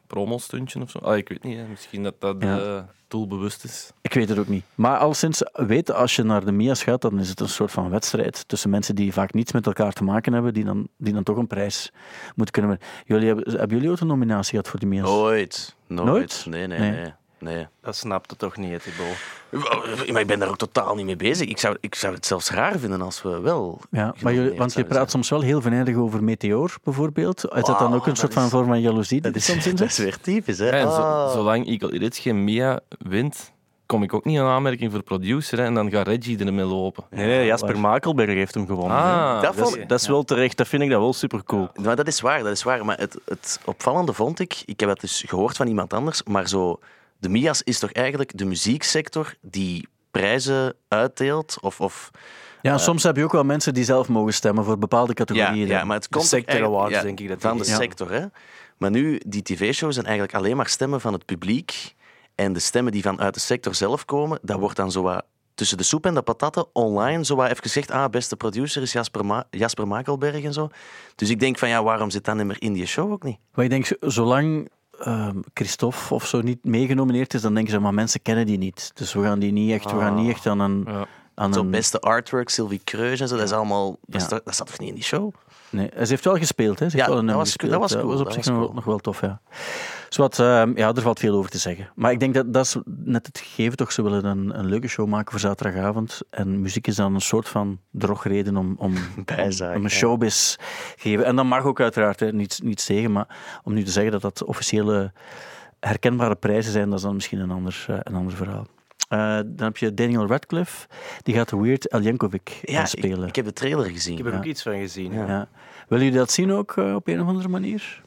promostuntje of zo. Ik weet niet, hè. Misschien dat doelbewust is. Ik weet het ook niet. Maar al sinds weet, als je naar de Mia's gaat, dan is het een soort van wedstrijd tussen mensen die vaak niets met elkaar te maken hebben, die dan toch een prijs moeten kunnen winnen. Hebben jullie ook een nominatie gehad voor de Mia's? Nooit? Nee. Dat snapt het toch niet, Thibaut? Maar ik ben daar ook totaal niet mee bezig. Ik zou het zelfs raar vinden als we wel... Ja, want je praat soms wel heel venijnig over Meteor, bijvoorbeeld. Is dat dan ook een soort van vorm van jaloezie? Dat is weer typisch, hè? Ja, en zolang Eagle Idiots geen Mia wint, kom ik ook niet in aanmerking voor producer. Hè, en dan gaat Reggie ermee lopen. Nee, Jasper Makelberg heeft hem gewonnen. Dat is wel terecht. Dat vind ik dat wel supercool. Maar dat is waar. Maar het opvallende vond ik heb het dus gehoord van iemand anders, maar zo... De Mia's is toch eigenlijk de muzieksector die prijzen uitdeelt? Soms heb je ook wel mensen die zelf mogen stemmen voor bepaalde categorieën. Ja, maar het komt sector awards, denk ik. Van de sector, hè. Maar nu, die tv-shows zijn eigenlijk alleen maar stemmen van het publiek. En de stemmen die vanuit de sector zelf komen, dat wordt dan zo wat tussen de soep en de patatten online zo wat even gezegd, beste producer is Jasper Makelberg en zo. Dus ik denk van, waarom zit dat niet meer in die show ook niet? Maar ik denk, zolang... Christophe of zo niet meegenomineerd is, dan denken ze, maar mensen kennen die niet. Dus we gaan niet echt aan een... Ja. Zo beste artwork, Sylvie Kreus en zo, dat is allemaal... Dat staat toch niet in die show? Nee, ze heeft wel gespeeld, hè. Ze heeft wel een nummer gespeeld. Dat was cool. Dat was op zich nog wel tof, ja. Er valt veel over te zeggen. Maar ik denk dat is net het gegeven, toch. Ze willen een leuke show maken voor zaterdagavond. En muziek is dan een soort van drogreden om een showbiz te geven. En dat mag ook uiteraard, niets tegen. Maar om nu te zeggen dat officiële herkenbare prijzen zijn, dat is dan misschien een ander verhaal. Dan heb je Daniel Radcliffe, die gaat Weird Al Yankovic spelen. Ik heb de trailer gezien. Ik heb er ook iets van gezien. Ja. Willen jullie dat zien ook op een of andere manier?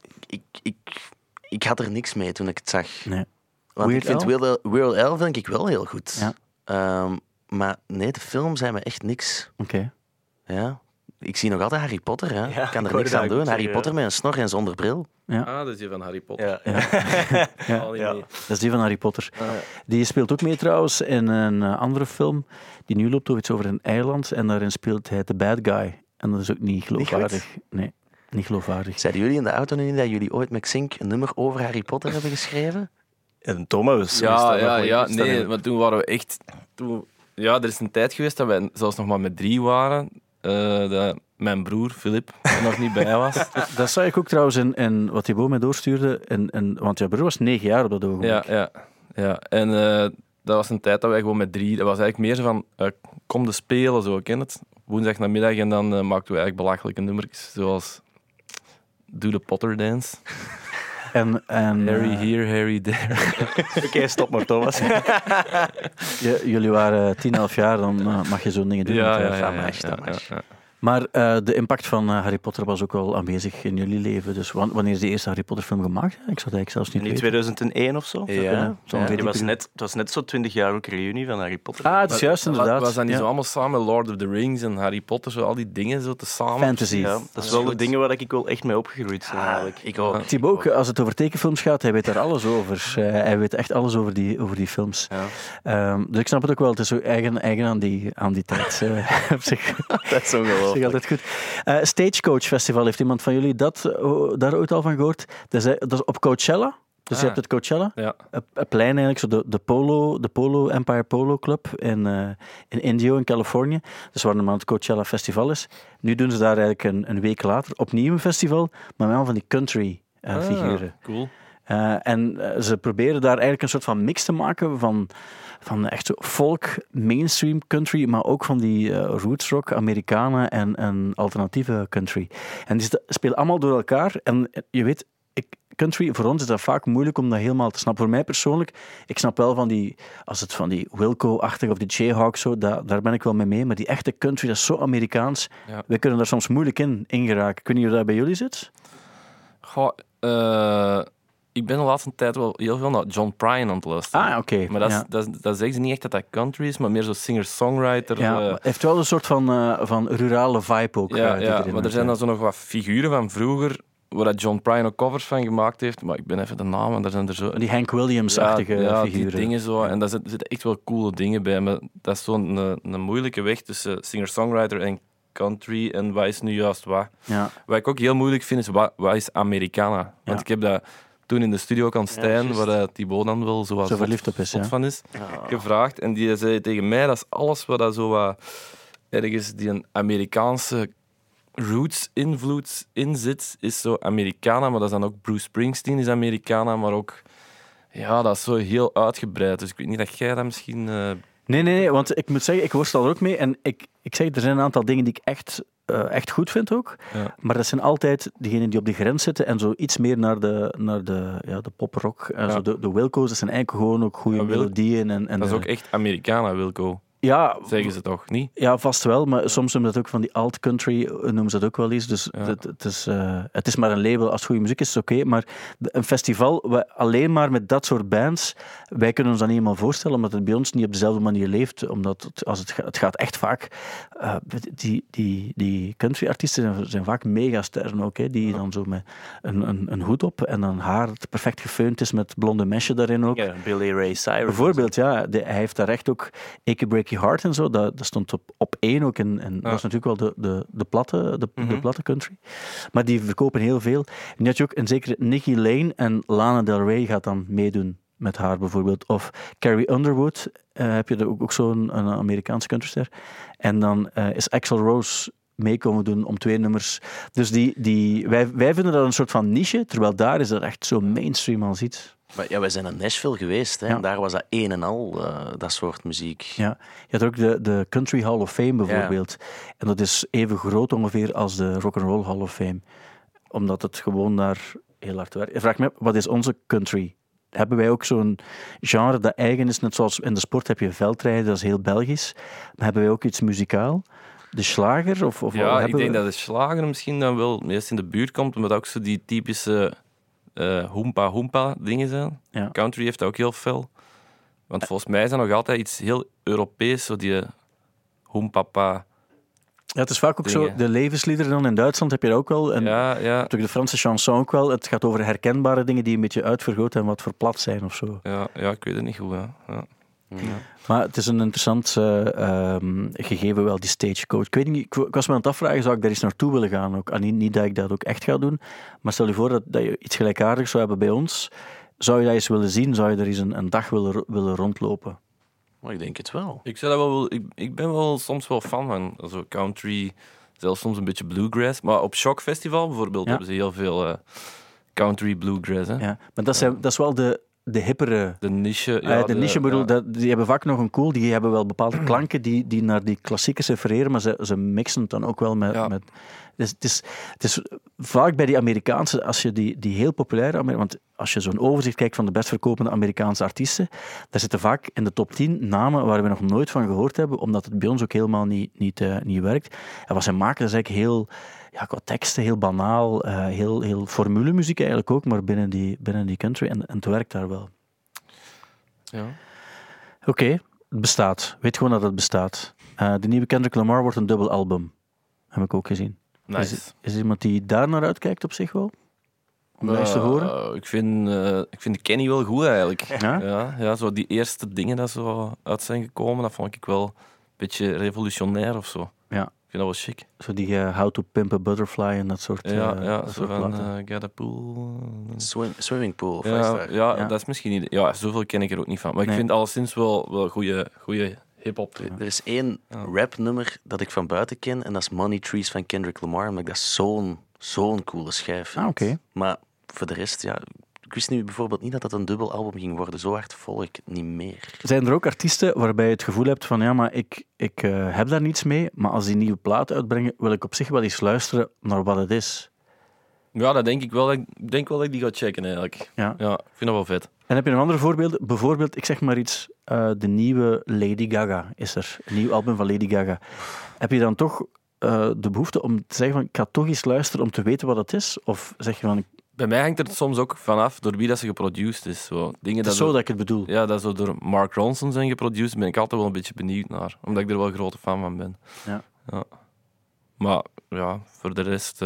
Ik had er niks mee toen ik het zag. Nee. Want ik vind Weird Al vind ik wel heel goed. Ja. Maar nee, de film zei me echt niks. Oké. Ja. Ik zie nog altijd Harry Potter. Hè. Ik kan er niks aan doen. Harry Potter met een snor en zonder bril. Ja. Dat is die van Harry Potter. Ja. Dat is die van Harry Potter. Die speelt ook mee trouwens in een andere film die nu loopt over een eiland. En daarin speelt hij de bad guy. En dat is ook niet geloofwaardig. Nee, niet geloofwaardig. Zeiden jullie in de auto nu dat jullie ooit met Xink een nummer over Harry Potter hebben geschreven? En Thomas. Nee, maar toen waren we echt... er is een tijd geweest dat wij zelfs nog maar met 3 waren. Dat mijn broer, Filip, er nog niet bij was. Dat zag ik ook trouwens in wat Thibaut mij doorstuurde. Want jouw broer was 9 jaar op dat ogenblik. Ja. En dat was een tijd dat wij gewoon met 3... Dat was eigenlijk meer zo van... kom de spelen, zo, ken het? Woensdag namiddag en dan maakten we eigenlijk belachelijke nummertjes. Zoals... Do the Potter Dance. En Harry here, Harry there. Oké, stop maar, Thomas. Jullie waren 10-11 jaar, dan mag je zo'n dingen doen. Ja. Maar de impact van Harry Potter was ook wel aanwezig in jullie leven. Dus wanneer is de eerste Harry Potter film gemaakt? Ik zou het eigenlijk zelfs niet weten. 2001 of zo? Ja. Het was net zo 20 jaar ook reunie van Harry Potter. Het is juist inderdaad. Was dat niet zo allemaal samen? Lord of the Rings en Harry Potter, zo al die dingen zo te samen? Fantasy. Ja, dat is wel de dingen waar ik wel echt mee opgegroeid ben eigenlijk. Ik ook. Thibaut, als het over tekenfilms gaat, hij weet daar alles over. Hij weet echt alles over die films. Ja. Dus ik snap het ook wel. Het is zo eigen aan die tijd. Op zich. Dat is ongelooflijk. Altijd goed. Stagecoach Festival, heeft iemand van jullie daar ooit al van gehoord? Dat is op Coachella. Dus je hebt het Coachella, een plein eigenlijk, zo de Polo Empire Polo Club in Indio in Californië. Dus waar normaal het Coachella Festival is. Nu doen ze daar eigenlijk een week later opnieuw een festival, maar wel van die country figuren. Cool. En ze proberen daar eigenlijk een soort van mix te maken van echt zo folk, mainstream country, maar ook van die roots rock, Amerikanen en alternatieve country. En die spelen allemaal door elkaar. En je weet, country, voor ons is dat vaak moeilijk om dat helemaal te snappen. Voor mij persoonlijk, ik snap wel als het van die Wilco-achtig of die Jayhawk zo, daar ben ik wel mee. Maar die echte country, dat is zo Amerikaans. Ja. We kunnen daar soms moeilijk in geraken. Kunnen jullie dat bij jullie zit? Goh, ik ben de laatste tijd wel heel veel naar John Prine aan het luisteren. Oké. Maar dat zeggen ze niet echt dat country is, maar meer zo singer-songwriter. Ja, hij heeft wel een soort van rurale vibe ook. Maar er zijn dan zo nog wat figuren van vroeger waar dat John Prine ook covers van gemaakt heeft, maar ik ben even de naam en daar zijn er zo... Die Hank Williams-achtige figuren. Die dingen zo, en daar zitten echt wel coole dingen bij, maar dat is zo'n een moeilijke weg tussen singer-songwriter en country en wat is nu juist wat. Ja. Wat ik ook heel moeilijk vind, is wat is Americana? Want ik heb dat toen in de studio ook aan Stijn, waar Thibaut dan wel zo verliefd op is, van is, gevraagd. En die zei tegen mij, dat is alles wat dat zo wat ergens die een Amerikaanse roots-invloed in zit, is zo Americana, maar dat is dan ook Bruce Springsteen is Americana, maar ook... Ja, dat is zo heel uitgebreid. Dus ik weet niet dat jij dat misschien... Nee, want ik moet zeggen, ik worstel er ook mee. En ik zeg, er zijn een aantal dingen die ik echt goed vind ook. Ja. Maar dat zijn altijd diegenen die op de grens zitten en zo iets meer naar de poprock. Zo de Wilco's, dat zijn eigenlijk gewoon ook goede melodieën. En dat is ook echt Americana, Wilco. Ja, zeggen ze toch niet? Ja, vast wel, maar soms noemen ze dat ook van die alt-country, noemen ze dat ook wel eens. Dus het is maar een label. Als het goede muziek is, oké. Maar een festival, alleen maar met dat soort bands, wij kunnen ons dat niet helemaal voorstellen, omdat het bij ons niet op dezelfde manier leeft. Omdat het gaat echt vaak... Die country-artiesten zijn vaak megasterren ook, hè, die dan zo met een hoed op en dan haar dat perfect gefeund is met blonde mesje daarin ook. Ja, Billy Ray Cyrus. Bijvoorbeeld, ja. Hij heeft daar echt ook... Achy Breaky Heart en zo, dat stond op 1 ook. En dat is natuurlijk wel de platte country. Maar die verkopen heel veel. En nu had je ook een zekere Nikki Lane en Lana Del Rey gaat dan meedoen met haar bijvoorbeeld. Of Carrie Underwood, heb je ook zo'n een Amerikaanse countryster. En dan is Axl Rose meekomen doen om 2 nummers. Dus wij vinden dat een soort van niche, terwijl daar is dat echt zo mainstream als iets. Maar ja, wij zijn naar Nashville geweest. Hè? Ja. En daar was dat een en al, dat soort muziek. Ja, je had ook de Country Hall of Fame bijvoorbeeld. Ja. En dat is even groot ongeveer als de Rock'n'Roll Hall of Fame. Omdat het gewoon daar heel hard werkt. Ik vraag me, wat is onze country? Hebben wij ook zo'n genre dat eigen is? Net zoals in de sport heb je veldrijden, dat is heel Belgisch. Maar hebben wij ook iets muzikaal? De slager? Of ja, ik denk dat de slager misschien dan wel meest in de buurt komt, omdat ook zo die typische... hoempa dingen zijn. Ja. Country heeft dat ook heel veel. Want volgens mij is dat nog altijd iets heel Europees, zo die hoempapa. Ja, het is vaak ook dingen. Zo, de levensliederen dan in Duitsland heb je dat ook wel. En natuurlijk de Franse chanson ook wel. Het gaat over herkenbare dingen die een beetje uitvergroot en wat verplat zijn of zo. Ja, ik weet het niet goed. Ja. Ja. Maar het is een interessant gegeven wel, die stagecoach. Ik weet niet, ik was me aan het afvragen, zou ik daar eens naartoe willen gaan? Ook? Niet dat ik dat ook echt ga doen, maar stel je voor dat je iets gelijkaardigs zou hebben bij ons. Zou je dat eens willen zien? Zou je er eens een dag willen rondlopen? Maar ik denk het wel. Ik zou dat wel. Ik ben wel soms wel fan van also country, zelfs soms een beetje bluegrass. Maar op Shock Festival bijvoorbeeld hebben ze heel veel country bluegrass. Hè? Ja, maar dat is wel de hippere... De niche. Ja, de niche bedoel, die hebben vaak nog een cool, die hebben wel bepaalde klanken die naar die klassiekers refereren, maar ze mixen het dan ook wel met... Dus het is vaak bij die Amerikaanse, als je die heel populaire... Want als je zo'n overzicht kijkt van de best verkopende Amerikaanse artiesten, daar zitten vaak in de top 10 namen waar we nog nooit van gehoord hebben, omdat het bij ons ook helemaal niet werkt. En wat zij maken, dat is eigenlijk heel... Ja, qua teksten heel banaal, heel formulemuziek eigenlijk ook, maar binnen die country. En het werkt daar wel. Ja. Oké, het bestaat. Weet gewoon dat het bestaat. De nieuwe Kendrick Lamar wordt een dubbel album. Heb ik ook gezien. Nice. Is er die daar naar uitkijkt op zich wel? Om dat eens te horen? Ik vind Kenny wel goed eigenlijk. Ja? Ja, zo die eerste dingen dat zo uit zijn gekomen, dat vond ik wel een beetje revolutionair of zo. Ja. Ik vind dat wel chic. Zo die How to Pimp a Butterfly en dat soort dat soort van Get a Pool. Swimming Pool. Ja, dat is misschien niet... Ja, zoveel ken ik er ook niet van. Maar ik vind alleszins wel goede hip-hop. Er is één rapnummer dat ik van buiten ken en dat is Money Trees van Kendrick Lamar. Omdat ik dat zo'n coole schijf vind. Oké. Maar voor de rest, ik wist nu bijvoorbeeld niet dat dat een dubbel album ging worden. Zo hard volg ik niet meer. Zijn er ook artiesten waarbij je het gevoel hebt van ja, maar ik heb daar niets mee, maar als die nieuwe plaat uitbrengen, wil ik op zich wel eens luisteren naar wat het is? Ja, dat denk ik wel. Ik denk wel dat ik die ga checken eigenlijk. Ja, ik vind dat wel vet. En heb je nog andere voorbeelden? Bijvoorbeeld, ik zeg maar iets, de nieuwe Lady Gaga is er. Een nieuw album van Lady Gaga. Heb je dan toch de behoefte om te zeggen van ik ga toch eens luisteren om te weten wat het is? Of zeg je van... Bij mij hangt het soms ook vanaf door wie dat ze geproduced is. Zo. Dingen dat is zo dat ik het bedoel. Ja, dat zo door Mark Ronson zijn geproduced, ben ik altijd wel een beetje benieuwd naar. Omdat ik er wel een grote fan van ben. Ja. Maar ja, voor de rest...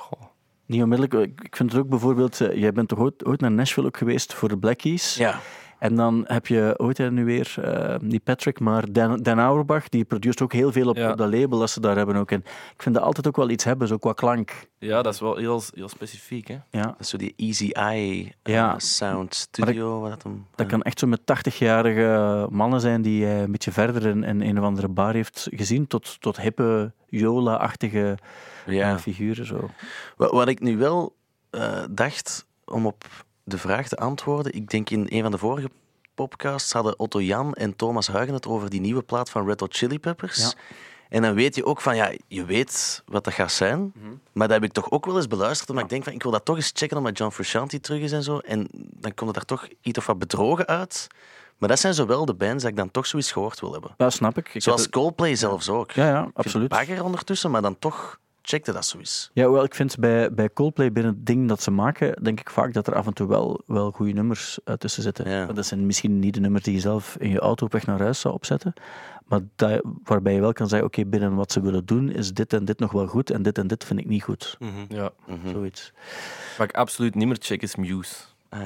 Niet onmiddellijk. Ik vind het ook bijvoorbeeld... jij bent toch ooit naar Nashville ook geweest voor de Black Keys? Ja. En dan heb je, hoe heet hij nu weer? Niet Patrick, maar Dan Auerbach. Die produceert ook heel veel op dat label dat ze daar hebben ook. En ik vind dat altijd ook wel iets hebben, zo qua klank. Ja, dat is wel heel specifiek. Hè? Ja. Dat is zo die Easy Eye Sound Studio. Dat kan echt zo met 80-jarige mannen zijn die een beetje verder in een of andere bar heeft gezien, tot hippe, Yola-achtige figuren. Zo. Wat ik nu wel dacht, om op de vraag te antwoorden, ik denk in een van de vorige podcasts hadden Otto Jan en Thomas Huygen het over die nieuwe plaat van Red Hot Chili Peppers. Ja. En dan weet je ook van, je weet wat dat gaat zijn, maar dat heb ik toch ook wel eens beluisterd, omdat ik denk van, ik wil dat toch eens checken, omdat John Frusciante terug is en zo, en dan komt het daar toch iets of wat bedrogen uit. Maar dat zijn zowel de bands dat ik dan toch zoiets gehoord wil hebben. Dat snap ik. Zoals Coldplay zelfs ook. Ja, absoluut. Bagger ondertussen, maar dan toch checkte dat zoiets. Ja, wel, ik vind bij Coldplay, binnen het ding dat ze maken, denk ik vaak dat er af en toe wel goede nummers tussen zitten. Ja. Dat zijn misschien niet de nummers die je zelf in je auto op weg naar huis zou opzetten, maar waarbij je wel kan zeggen, oké, binnen wat ze willen doen, is dit en dit nog wel goed en dit vind ik niet goed. Zoiets. Wat ik absoluut niet meer check is Muse.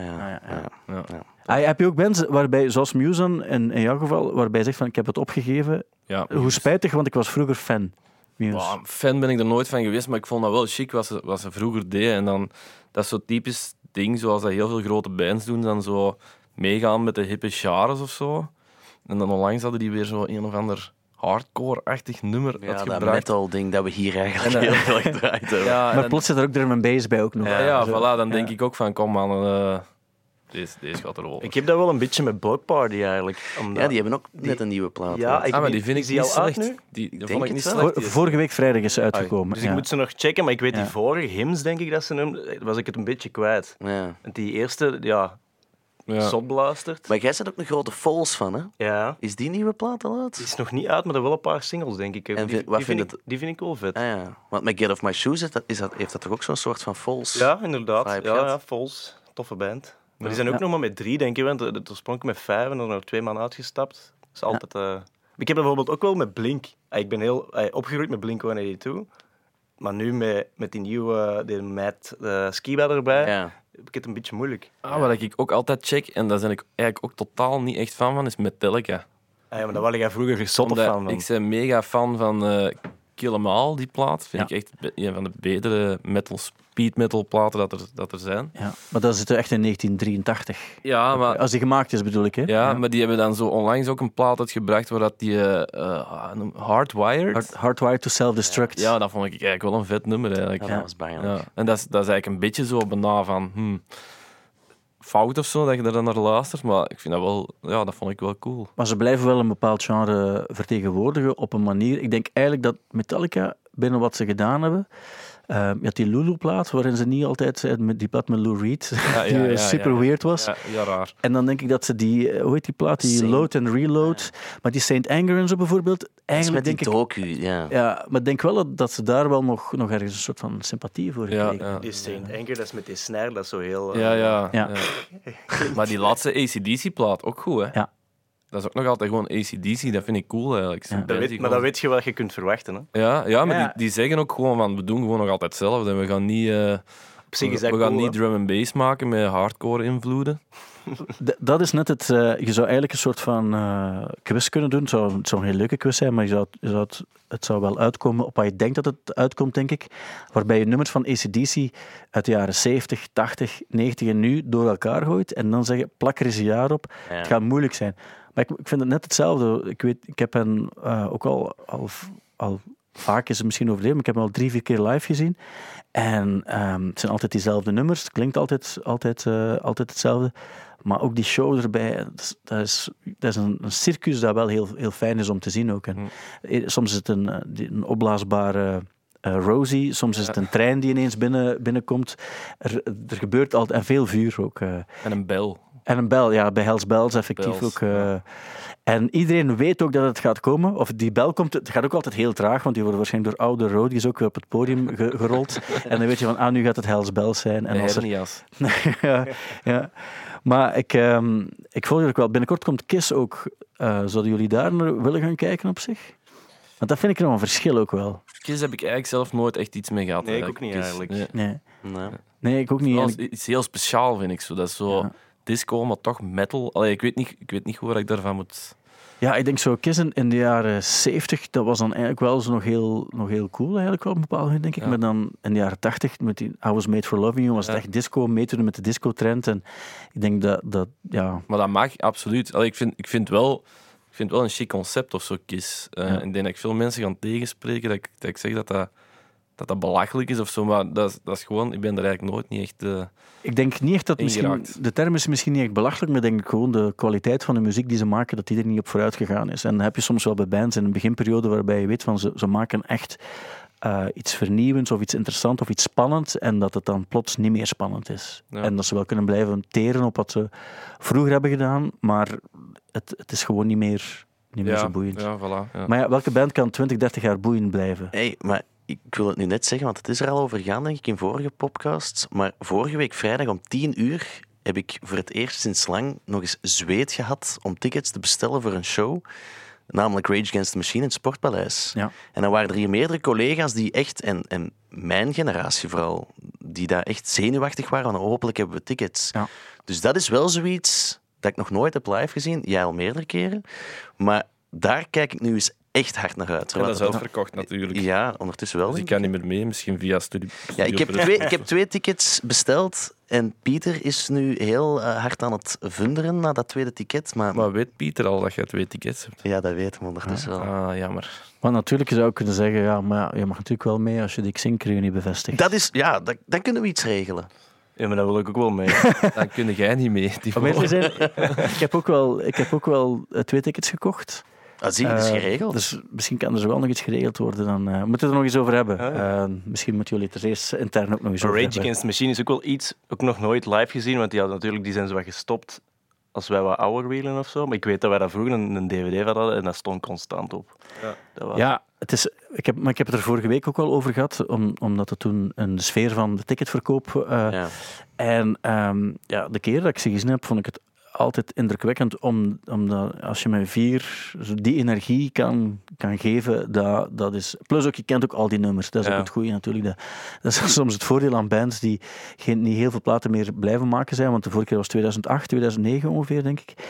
Heb je ook bands waarbij, zoals Muse dan, in jouw geval, waarbij je zegt van, ik heb het opgegeven. Ja, hoe spijtig, want ik was vroeger fan. Fan ben ik er nooit van geweest, maar ik vond dat wel chic wat ze vroeger deden. En dan, dat is zo typisch ding, zoals dat heel veel grote bands doen, dan zo meegaan met de hippe genres of zo. En dan onlangs hadden die weer zo een of ander hardcore-achtig nummer dat metal-ding dat we hier eigenlijk heel veel gedraaid hebben. Ja, maar plots zit er ook drum and bass bij ook nog. Voilà, dan denk ik ook van, kom man, deze gaat erover. Ik heb dat wel een beetje met Block Party eigenlijk. Omdat die hebben ook net een nieuwe plaat. Maar die vind ik niet slecht. Die vond ik niet slecht. Vorige week vrijdag is ze uitgekomen. Dus ik moet ze nog checken, maar ik weet die vorige hymns, denk ik dat ze noemden, was ik het een beetje kwijt. Ja. En die eerste, zot beluisterd. Maar jij bent ook een grote Falls van, hè? Ja. Is die nieuwe plaat al uit? Die is nog niet uit, maar er wel een paar singles, denk ik. En die vind ik wel vet. Want met Get Off My Shoes heeft dat toch ook zo'n soort van Falls? Ja, inderdaad. Ja, Falls. Toffe band. Maar die zijn ook nog maar met 3, denk ik. Want het oorspronkelijk met 5 en er nog 2 man uitgestapt. Dat is altijd... Ik heb dat bijvoorbeeld ook wel met Blink. Ik ben heel opgegroeid met Blink 182. Maar nu met die nieuwe Mad Skiba erbij, heb ik het een beetje moeilijk. Wat ik ook altijd check, en daar ben ik eigenlijk ook totaal niet echt fan van, is Metallica. Maar daar was jij vroeger gesot van. Ik ben mega fan van Kill 'Em All, die plaat. Vind ik echt een van de betere speed metal platen dat er zijn. Ja, maar dat zit echt in 1983. Ja, maar... Als die gemaakt is, bedoel ik, hè? Ja, maar die hebben dan zo onlangs ook een plaat uitgebracht waar dat die Hardwired to Self-Destruct. Ja, dat vond ik eigenlijk wel een vet nummer eigenlijk. Ja, dat was bangelijk. Ja. En dat is eigenlijk een beetje zo bijna van fout of zo, dat je er dan naar luistert, maar ik vind dat wel, dat vond ik wel cool. Maar ze blijven wel een bepaald genre vertegenwoordigen op een manier. Ik denk eigenlijk dat Metallica, binnen wat ze gedaan hebben, je had die Lulu-plaat, waarin ze niet altijd, die plaat met Lou Reed, die super weird was. Ja, raar. En dan denk ik dat ze die, hoe heet die plaat, die Load and Reload, maar die Saint Anger en zo bijvoorbeeld, eigenlijk denk ik... docu, ja, maar ik denk wel dat ze daar wel nog ergens een soort van sympathie voor kregen. Ja. Die Saint Anger, dat is met die snare, dat is zo heel... Ja. Maar die laatste AC/DC-plaat, ook goed, hè? Ja. Dat is ook nog altijd gewoon AC/DC, dat vind ik cool eigenlijk. Maar dan weet je wat je kunt verwachten, hè? Ja, maar die zeggen ook gewoon van, we doen gewoon nog altijd hetzelfde. We gaan niet, we gaan niet drum and bass maken met hardcore invloeden. Dat is net het... je zou eigenlijk een soort van quiz kunnen doen. Het zou een heel leuke quiz zijn, maar het zou wel uitkomen op wat je denkt dat het uitkomt, denk ik. Waarbij je nummers van AC/DC uit de jaren 70, 80, 90 en nu door elkaar gooit en dan zeggen, plak er eens een jaar op. Ja. Het gaat moeilijk zijn. Maar ik vind het net hetzelfde. Ik heb hen ook al vaak is het misschien overdreven, maar ik heb hem al 3-4 keer live gezien. En het zijn altijd diezelfde nummers. Het klinkt altijd hetzelfde. Maar ook die show erbij, dat is een circus dat wel heel, heel fijn is om te zien ook. En soms is het een opblaasbare Rosie, soms is het een trein die ineens binnenkomt. Er gebeurt altijd, en veel vuur ook. En een bel. En een bel, ja, bij Hells Bells effectief ook. En iedereen weet ook dat het gaat komen. Of die bel komt, het gaat ook altijd heel traag, want die worden waarschijnlijk door oude roadies ook weer op het podium gerold. En dan weet je van, nu gaat het Hells Bells zijn. En hernias. Ja. Maar ik volg het ook wel. Binnenkort komt Kiss ook. Zouden jullie daar naar willen gaan kijken op zich? Want dat vind ik nog een verschil ook wel. Kiss heb ik eigenlijk zelf nooit echt iets mee gehad. Nee, ik ook niet eigenlijk. Nee, ik ook niet. Iets heel speciaal vind ik zo. Dat is zo disco, maar toch metal. Allee, ik weet niet hoe ik daarvan moet... Ja, ik denk zo Kissen in de jaren 70, dat was dan eigenlijk wel zo nog heel cool, eigenlijk wel op een bepaald moment, denk ik. Maar dan in de jaren 80, met die I Was Made for Loving You, was het echt disco, meedoen met de disco-trend. En ik denk dat ja... Maar dat mag, absoluut. Allee, ik vind wel een chic concept of zo, Kiss. Ik denk dat ik veel mensen gaan tegenspreken, dat ik zeg dat belachelijk is of zo, maar dat is gewoon... Ik ben er eigenlijk nooit niet echt... Ik denk niet echt dat misschien... De term is misschien niet echt belachelijk, maar ik denk gewoon de kwaliteit van de muziek die ze maken, dat die er niet op vooruit gegaan is. En dan heb je soms wel bij bands in een beginperiode waarbij je weet van ze maken echt iets vernieuwends of iets interessants of iets spannends en dat het dan plots niet meer spannend is. Ja. En dat ze wel kunnen blijven teren op wat ze vroeger hebben gedaan, maar het is gewoon niet meer zo boeiend. Ja, voilà, ja. Maar ja, welke band kan 20, 30 jaar boeiend blijven? Hey, maar ik wil het nu net zeggen, want het is er al over gegaan, denk ik, in vorige podcasts. Maar vorige week vrijdag om 10:00 heb ik voor het eerst sinds lang nog eens zweet gehad om tickets te bestellen voor een show. Namelijk Rage Against the Machine in het Sportpaleis. Ja. En dan waren er hier meerdere collega's die echt, en mijn generatie vooral, die daar echt zenuwachtig waren van hopelijk hebben we tickets. Ja. Dus dat is wel zoiets dat ik nog nooit heb live gezien. Jij al meerdere keren. Maar daar kijk ik nu eens echt hard naar uit. Ja, dat is uitverkocht natuurlijk. Ja, ondertussen wel. Dus ik kan niet meer mee, misschien via studie. Ja, ik heb 2 tickets besteld en Pieter is nu heel hard aan het vunderen naar dat tweede ticket. Maar weet Pieter al dat je 2 tickets hebt? Ja, dat weet hem ondertussen wel. Ah, jammer. Maar natuurlijk zou ik kunnen zeggen, ja, maar je mag natuurlijk wel mee als je die Xing-reunie bevestigt. Dat is, ja, dan kunnen we iets regelen. Ja, maar daar wil ik ook wel mee. Dan kun jij niet mee. Ik heb ook wel 2 tickets gekocht. Zie, dat is geregeld. Dus misschien kan er wel nog iets geregeld worden. Dan moeten we er nog eens over hebben. Misschien moeten jullie het er eerst intern ook nog eens over hebben. Rage Against the Machine is ook wel iets, ook nog nooit live gezien, want die zijn zo wat gestopt als wij wat ouder wielen of zo. Maar ik weet dat wij daar vroeger een DVD van hadden en dat stond constant op. Ja, ik heb het er vorige week ook al over gehad, omdat het toen een sfeer van de ticketverkoop... En de keer dat ik ze gezien heb, vond ik het altijd indrukwekkend, omdat als je met 4 die energie kan geven, dat is... Plus ook, je kent ook al die nummers. Dat is ook het goede natuurlijk. Dat is soms het voordeel aan bands die niet heel veel platen meer blijven maken zijn, want de vorige keer was 2008, 2009 ongeveer, denk ik.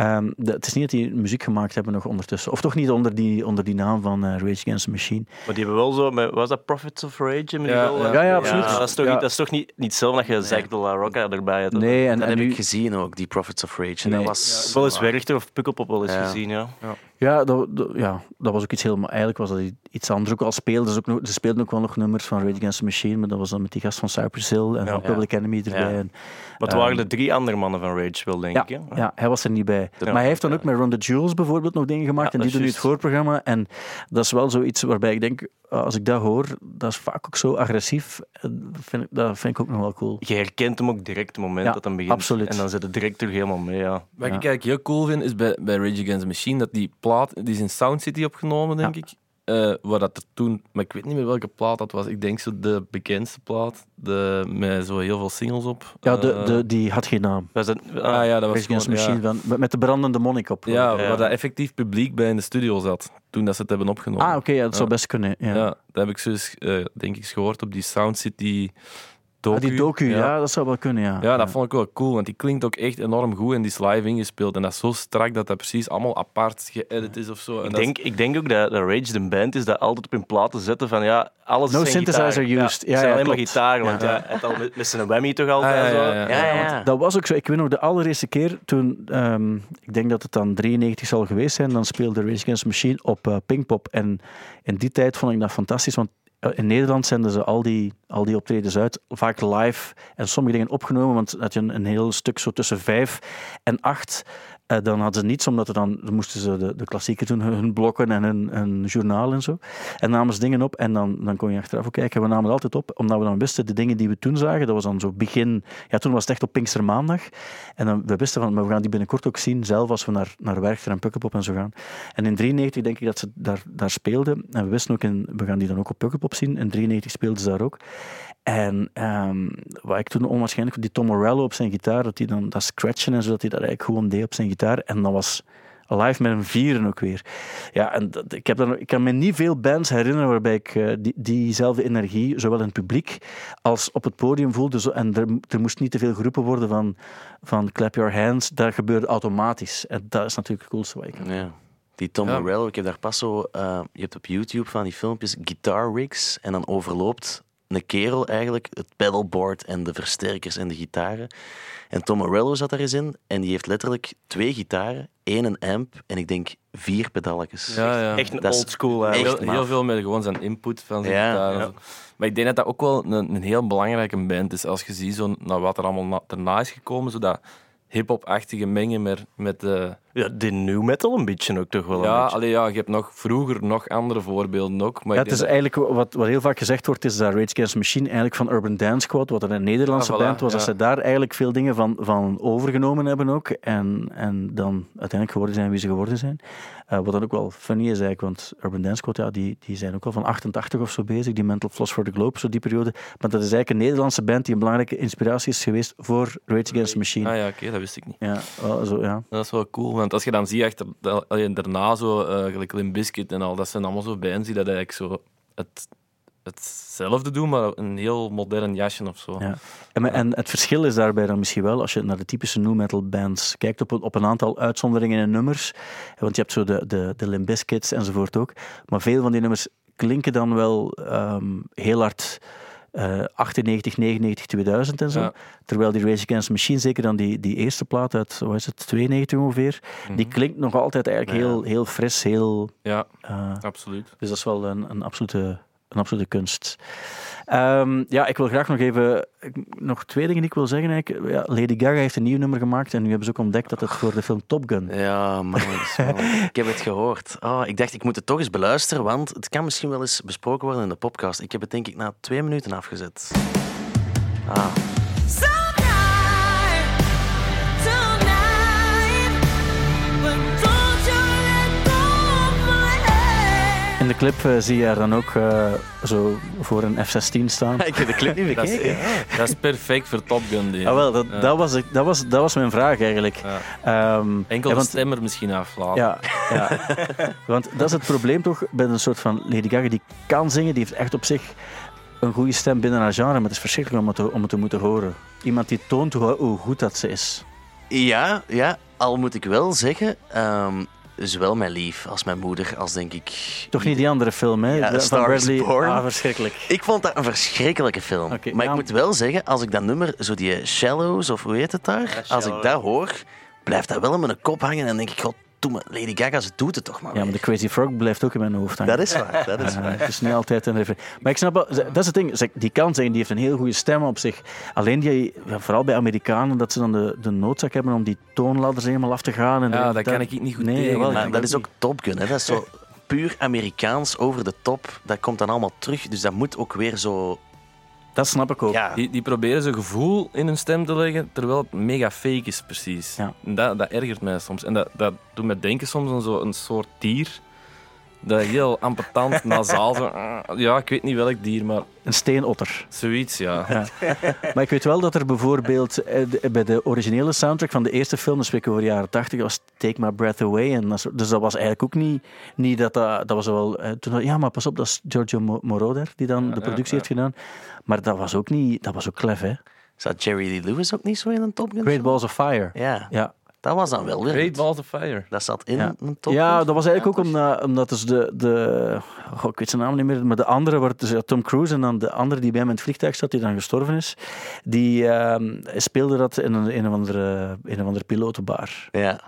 Het is niet dat die muziek gemaakt hebben nog ondertussen. Of toch niet onder die naam van Rage Against the Machine. Maar die hebben wel zo... Was dat Prophets of Rage? Ja, absoluut. Dat is toch niet hetzelfde dat je Zack de la Rocca erbij hebt? Nee, en dat heb nu... ik gezien ook, die Prophets of Rage. Nee. Dat was... wel eens Werchter of Pukkelpop wel eens gezien, ja. Ja, dat was ook iets helemaal... Eigenlijk was dat iets anders. Ook al speelden ze speelden ook wel nog nummers van Rage Against the Machine, maar dat was dan met die gast van Cypress Hill en van Public Enemy erbij. Ja. En, maar het waren de 3 andere mannen van Rage wel, denk ik. Hè? Ja, hij was er niet bij. Maar hij heeft dan ook met Run the Jewels bijvoorbeeld nog dingen gemaakt en die doen nu het voorprogramma. En dat is wel zoiets waarbij ik denk, als ik dat hoor, dat is vaak ook zo agressief. Dat vind ik ook nog wel cool. Je herkent hem ook direct het moment dat hij begint. Absoluut. En dan zit het direct terug helemaal mee, ja. Wat ik eigenlijk heel cool vind, is bij Rage Against the Machine, dat die plaat, die is in Sound City opgenomen, denk ik. Waar dat er toen, maar ik weet niet meer welke plaat dat was. Ik denk zo de bekendste plaat, met zo heel veel singles op. Ja, die had geen naam. Was dat was Rage Against the Machine, met de brandende monnik op. Ja, waar dat effectief publiek bij in de studio zat, toen dat ze het hebben opgenomen. Oké, dat zou best kunnen. Ja, dat heb ik zo eens, denk ik, gehoord op die Sound City docu. Die docu, dat zou wel kunnen, ja. Ja, dat vond ik wel cool, want die klinkt ook echt enorm goed en die is live ingespeeld. En dat is zo strak dat precies allemaal apart geëdit is of zo. Ik denk ook dat Rage de band is dat altijd op hun platen zetten van alles no is synthesizer gitaar. used. Het zijn alleen maar gitaar, want het al met zijn whammy toch altijd zo. Ja. Dat was ook zo. Ik weet nog de allereerste keer toen, ik denk dat het dan 93 zal geweest zijn, dan speelde Rage Against the Machine op Pinkpop. En in die tijd vond ik dat fantastisch, want in Nederland zenden ze al die optredens uit, vaak live en sommige dingen opgenomen, want had je een heel stuk zo tussen 5 en 8. Dan hadden ze niets, omdat dan moesten ze de klassiekers doen, hun blokken en hun journaal en zo. En namen ze dingen op en dan kon je achteraf ook kijken. We namen het altijd op, omdat we dan wisten, de dingen die we toen zagen, dat was dan zo begin... Ja, toen was het echt op Pinkstermaandag. En dan, we wisten van, maar we gaan die binnenkort ook zien, zelf als we naar Werchter en Pukkelpop en zo gaan. En in 93 denk ik dat ze daar speelden. En we wisten ook, we gaan die dan ook op Pukkelpop zien. In 93 speelden ze daar ook. En wat ik toen onwaarschijnlijk, die Tom Morello op zijn gitaar, dat scratchen en zo, dat hij dat eigenlijk gewoon deed op zijn gitaar. En dat was Alive met een 4 ook weer. Ja, en ik kan me niet veel bands herinneren waarbij ik diezelfde energie, zowel in het publiek als op het podium voelde. En er moest niet te veel geroepen worden van clap your hands. Dat gebeurde automatisch. En dat is natuurlijk het coolste wat ik kan. Ja. Die Tom Morello, ik heb daar pas zo... je hebt op YouTube van die filmpjes guitar rigs en dan overloopt een kerel eigenlijk het pedalboard en de versterkers en de gitaren. En Tom Morello zat daar eens in en die heeft letterlijk 2 gitaren, 1 een amp en ik denk 4 pedalletjes. Ja. Echt een oldschool. Heel veel met gewoon zijn input van zijn gitaar. Ja. Maar ik denk dat dat ook wel een heel belangrijke band is. Als je ziet naar wat er allemaal daarna is gekomen, zo dat hip-hop-achtige mengen met de... Ja, de new metal een beetje ook toch wel. Je hebt vroeger nog andere voorbeelden ook. Maar het is eigenlijk wat heel vaak gezegd wordt, is dat Rage Against the Machine eigenlijk van Urban Dance Squad, wat een Nederlandse band was, dat ze daar eigenlijk veel dingen van overgenomen hebben ook. En dan uiteindelijk geworden zijn wie ze geworden zijn. Wat dan ook wel funny is eigenlijk, want Urban Dance Squad, die zijn ook al van 88 of zo bezig, die Mental Floss for the Globe, zo die periode. Maar dat is eigenlijk een Nederlandse band die een belangrijke inspiratie is geweest voor Rage Against the Machine. Ah ja, oké, dat wist ik niet. Ja, zo, ja. Dat is wel cool, want als je dan ziet daarna zo, gelijk Limp Bizkit en al, dat zijn allemaal zo bands die dat eigenlijk zo hetzelfde doen, maar een heel modern jasje of zo. Ja. En het verschil is daarbij dan misschien wel, als je naar de typische nu metal bands kijkt, op een aantal uitzonderingen en nummers, want je hebt zo de Limp Bizkits enzovoort ook, maar veel van die nummers klinken dan wel heel hard 98, 99, 2000 en zo. Ja. Terwijl die Rage Against the Machine, zeker dan die eerste plaat uit, 92 ongeveer, die klinkt nog altijd eigenlijk heel fris, heel... Ja, absoluut. Dus dat is wel een absolute kunst. Ik wil graag nog even... Nog 2 dingen die ik wil zeggen eigenlijk. Ja, Lady Gaga heeft een nieuw nummer gemaakt en nu hebben ze ook ontdekt dat het voor de film Top Gun... Ja, man. Ik heb het gehoord. Ik dacht, ik moet het toch eens beluisteren, want het kan misschien wel eens besproken worden in de podcast. Ik heb het denk ik na 2 minuten afgezet. In de clip zie je haar dan ook zo voor een F-16 staan. Ik heb de clip niet bekeken. Dat is perfect voor Top Gun. Dat was mijn vraag eigenlijk. Ja. Enkel de stemmer misschien aflaten. Ja. Want dat is het probleem toch bij een soort van Lady Gaga die kan zingen, die heeft echt op zich een goede stem binnen haar genre, maar het is verschrikkelijk om het te moeten horen. Iemand die toont hoe goed dat ze is. Ja, al moet ik wel zeggen... Zowel mijn lief als mijn moeder, als denk ik... Toch niet die andere film, hè? Ja, Star is Born. Verschrikkelijk. Ik vond dat een verschrikkelijke film. Okay, maar ik moet wel zeggen, als ik dat nummer, zo die Shallows, of hoe heet het daar? Ja, als ik dat hoor, blijft dat wel in mijn kop hangen en dan denk ik, god, doe me, Lady Gaga, ze doet het toch maar. Ja, maar de Crazy Frog blijft ook in mijn hoofd hangen. Dat is waar, Het is niet altijd een referentie. Maar ik snap wel, dat is het ding, die kan zeggen, die heeft een heel goede stem op zich. Alleen vooral bij Amerikanen, dat ze dan de noodzaak hebben om die toonladders helemaal af te gaan. En dat kan ik niet goed tegen. Maar dat is ook Top Gun, hè. Dat is zo puur Amerikaans, over de top. Dat komt dan allemaal terug, dus dat moet ook weer zo... Dat snap ik ook. Ja. Die proberen zijn gevoel in hun stem te leggen, terwijl het mega fake is, precies. Ja. Dat ergert mij soms. En dat doet me denken soms aan zo'n soort dier. Dat heel ambetant, nasaal. Ja, ik weet niet welk dier, maar... Een steenotter. Zoiets, ja. Maar ik weet wel dat er bijvoorbeeld bij de originele soundtrack van de eerste film, dus spreken we over de jaren 80, was Take My Breath Away. En dus dat was eigenlijk ook niet dat was wel... ja, maar pas op, dat is Giorgio Moroder die dan de productie heeft gedaan. Maar dat was ook klef, hè. Zat Jerry Lee Lewis ook niet zo in een Top Gun? Great Balls of Fire. Ja. Dat was dan wel weer. Great Balls of Fire. Dat zat in een Top Gun. Ja, dat was eigenlijk ook omdat dus ik weet zijn naam niet meer, maar de andere, dus Tom Cruise en dan de andere die bij hem in het vliegtuig zat, die dan gestorven is, die speelde dat in een of andere pilotenbar. Ja.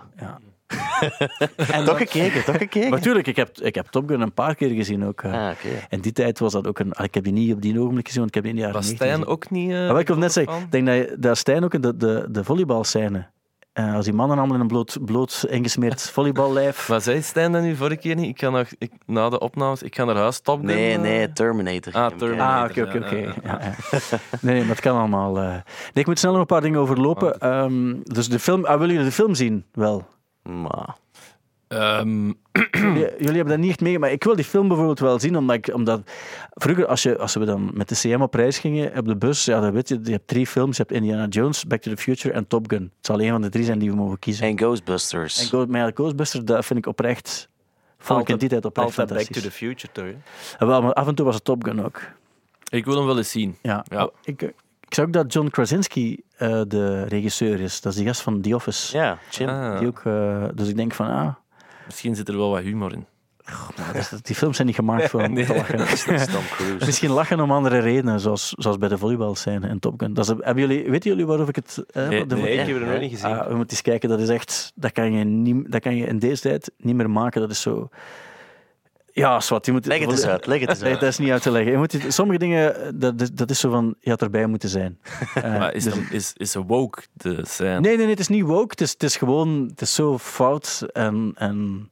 En toch gekeken. Natuurlijk, ik heb Top Gun een paar keer gezien ook. Okay. En die tijd was dat ook ik heb die niet op die ogenblik gezien, want ik heb die in de jaren 90 gezien. Was Stijn ook niet... wat ik wil net zeggen, ik denk dat Stijn ook in de volleybalscène, als die mannen allemaal in een bloot ingesmeerd volleyballijf... Maar zei Stijn dan nu vorige keer niet? Na de opnames, ik ga naar huis, Top Gun... Nee, Terminator. Terminator. Oké. Ja. Nee, maar het kan allemaal... Nee, ik moet snel nog een paar dingen overlopen. Dus de film... willen jullie de film zien? Wel. Maar... jullie hebben dat niet echt meegemaakt. Maar ik wil die film bijvoorbeeld wel zien, omdat vroeger, als we dan met de CM op reis gingen, op de bus, ja, dan weet je hebt 3 films. Je hebt Indiana Jones, Back to the Future en Top Gun. Het zal één van de 3 zijn die we mogen kiezen. En Ghostbusters. Maar Ghostbusters, dat vind ik oprecht... Vond ik in die tijd oprecht fantastisch. Back to the Future, toch? Wel, maar af en toe was het Top Gun ook. Ik wil hem wel eens zien. Ja. Ik zag ook dat John Krasinski de regisseur is. Dat is die gast van The Office. Ja, Jim. Die ook, dus ik denk van... Misschien zit er wel wat humor in. Die films zijn niet gemaakt voor om te lachen. Misschien lachen om andere redenen, zoals bij de volleybal-scène in Top Gun. Weten jullie waarover ik het... Nee, ik heb het nog niet gezien. We moeten eens kijken, dat is echt... Dat kan je in deze tijd niet meer maken. Dat is zo... Ja, zwart. Leg het eens uit. Dat is niet uit te leggen. Sommige dingen, dat is zo van, je had erbij moeten zijn. Maar is een woke de scène? Nee, het is niet woke. Het is gewoon, het is zo fout en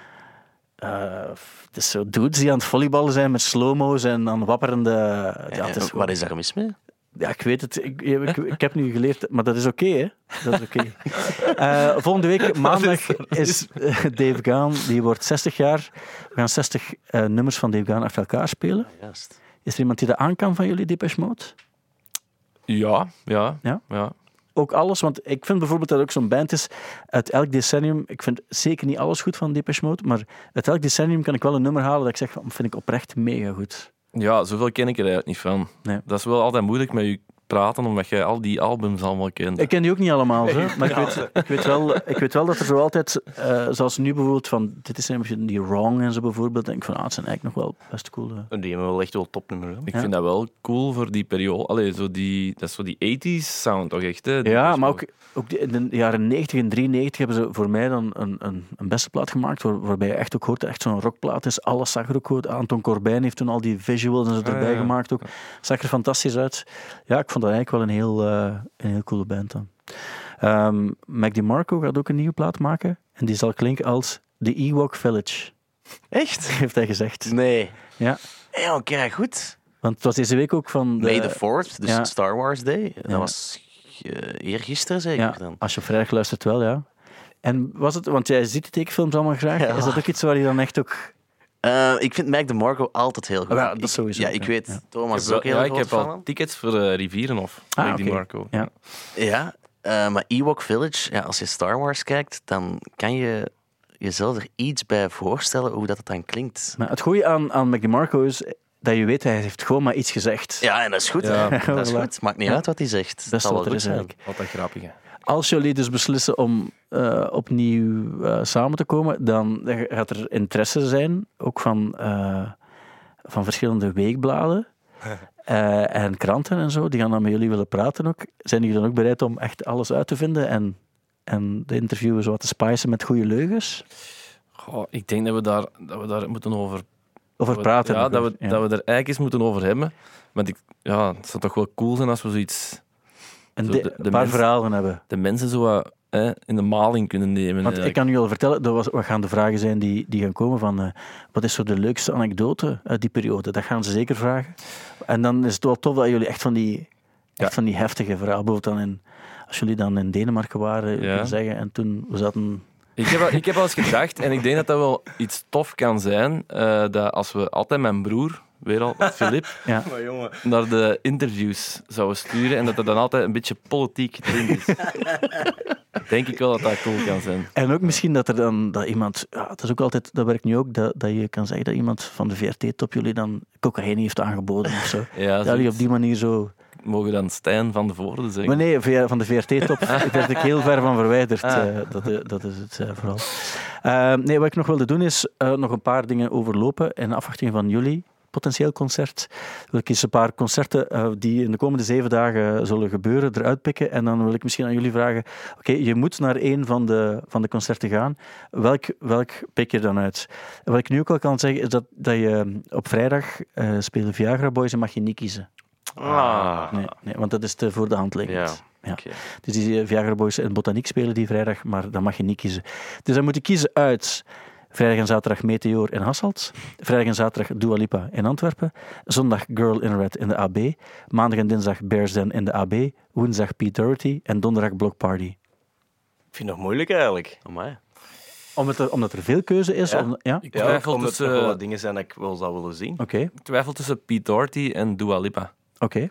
het is zo dudes die aan het volleyballen zijn met slow-mo's en aan wapperende... Ja, het is gewoon... Wat is daar mis mee? Ja, ik weet het. Ik heb nu geleerd, maar dat is oké, hè? Dat is oké. Volgende week, maandag, is Dave Gahan, die wordt 60 jaar. We gaan 60 nummers van Dave Gahan achter elkaar spelen. Juist. Is er iemand die dat aan kan van jullie, Depeche Mode? Ja. Ook alles, want ik vind bijvoorbeeld dat er ook zo'n band is uit elk decennium. Ik vind zeker niet alles goed van Depeche Mode, maar uit elk decennium kan ik wel een nummer halen dat ik zeg, vind ik oprecht mega goed. Ja, zoveel ken ik er eigenlijk niet van. Nee. Dat is wel altijd moeilijk met je praten, omdat je al die albums allemaal kent. Ik ken die ook niet allemaal, zo, maar ik weet wel dat er zo altijd, zoals nu bijvoorbeeld, van dit is een beetje die Wrong en zo bijvoorbeeld, denk ik van, het zijn eigenlijk nog wel best cool. Die hebben wel echt wel topnummers. Ik vind dat wel cool voor die periode. Allee, dat is zo die 80s sound toch echt, hè? Ja, maar ook in de jaren 90 en 93 hebben ze voor mij dan een beste plaat gemaakt, waarbij je echt ook hoort, echt zo'n rockplaat is. Alles zag er ook goed. Anton Corbijn heeft toen al die visuals en zo erbij gemaakt ook. Zag er fantastisch uit. Ja, ik vond dat eigenlijk wel een heel coole band dan. Mac DeMarco gaat ook een nieuwe plaat maken en die zal klinken als The Ewok Village. Echt? Heeft hij gezegd. Nee. Ja. Ja, oké, goed. Want het was deze week ook van... May the 4th, dus Ja. Star Wars Day. Dat Ja. was eergisteren zeker Ja, dan. als je op vrijdag luistert wel, ja. En was het... Want jij ziet de tekenfilms allemaal graag. Ja. Is dat ook iets waar je dan echt ook... Ik vind Mac DeMarco altijd heel goed. Ja, dat is sowieso. Ik weet, Ja. Thomas is ook heel ik groot heb fan. al tickets voor Rivierenhof. Ah, Die oké. Marco. Ja. Ja, maar Ewok Village, ja, als je Star Wars kijkt, dan kan je jezelf er iets bij voorstellen hoe dat dan klinkt. Maar het goede aan Mac DeMarco is dat je weet, hij heeft gewoon maar iets gezegd. Ja, en dat is goed. Ja. Hè? Dat is Voilà. goed. Maakt niet Ja. uit wat hij zegt. Best zal wat wel er goed is zijn. eigenlijk. Wat een grappige. Als jullie dus beslissen om opnieuw samen te komen, dan gaat er interesse zijn, ook van verschillende weekbladen en kranten en zo. Die gaan dan met jullie willen praten ook. Zijn jullie dan ook bereid om echt alles uit te vinden en de interviewen zo wat te spicen met goede leugens? Goh, ik denk dat we daar moeten over Praten. Ja, dat we er eigenlijk eens moeten over hebben. Want het zou toch wel cool zijn als we zoiets... En zo een de paar mensen- verhalen hebben. De mensen zo wat, in de maling kunnen nemen. Want ik kan u al vertellen, wat gaan de vragen zijn die gaan komen van wat is zo de leukste anekdote uit die periode? Dat gaan ze zeker vragen. En dan is het wel tof dat jullie echt van die heftige verhalen, bijvoorbeeld als jullie dan in Denemarken waren, kunnen zeggen, en toen we zaten... Ik heb al eens gedacht, en ik denk dat dat wel iets tof kan zijn, dat als we altijd mijn broer, weer al, Filip, Ja. Maar jongen. naar de interviews zouden sturen en dat er dan altijd een beetje politiek getint is. Denk ik wel dat dat cool kan zijn. En ook misschien dat er dan dat iemand, dat is ook altijd, dat werkt nu ook, dat je kan zeggen dat iemand van de VRT-top jullie dan cocaïne heeft aangeboden of zo. Ja, Dat jullie op die manier zo... mogen dan Stijn van de Voorde zeggen. Maar nee, van de VRT-top daar ben ik heel ver van verwijderd. Dat is het vooral. Wat ik nog wilde doen is nog een paar dingen overlopen in afwachting van jullie potentieel concert. Wil ik eens een paar concerten die in de komende 7 dagen zullen gebeuren eruit pikken en dan wil ik misschien aan jullie vragen, oké, je moet naar één van de concerten gaan. Welk pik je dan uit? Wat ik nu ook al kan zeggen is dat je op vrijdag spelen Viagra Boys en mag je niet kiezen. Nee, want dat is te voor de hand liggend. Ja. Okay. Dus die Viagra Boys in Botaniek spelen die vrijdag, maar dan mag je niet kiezen. Dus dan moet je kiezen uit vrijdag en zaterdag Meteor in Hasselt, vrijdag en zaterdag Dua Lipa in Antwerpen, zondag Girl in Red in de AB, maandag en dinsdag Bears Den in de AB, woensdag Pete Doherty en donderdag Block Party. Ik vind het nog moeilijk eigenlijk. Amai. Omdat er veel keuze is? Ja. Ik twijfel omdat tussen... er wel dingen zijn dat ik wel zou willen zien. Oké. Ik twijfel tussen Pete Doherty en Dua Lipa. Oké.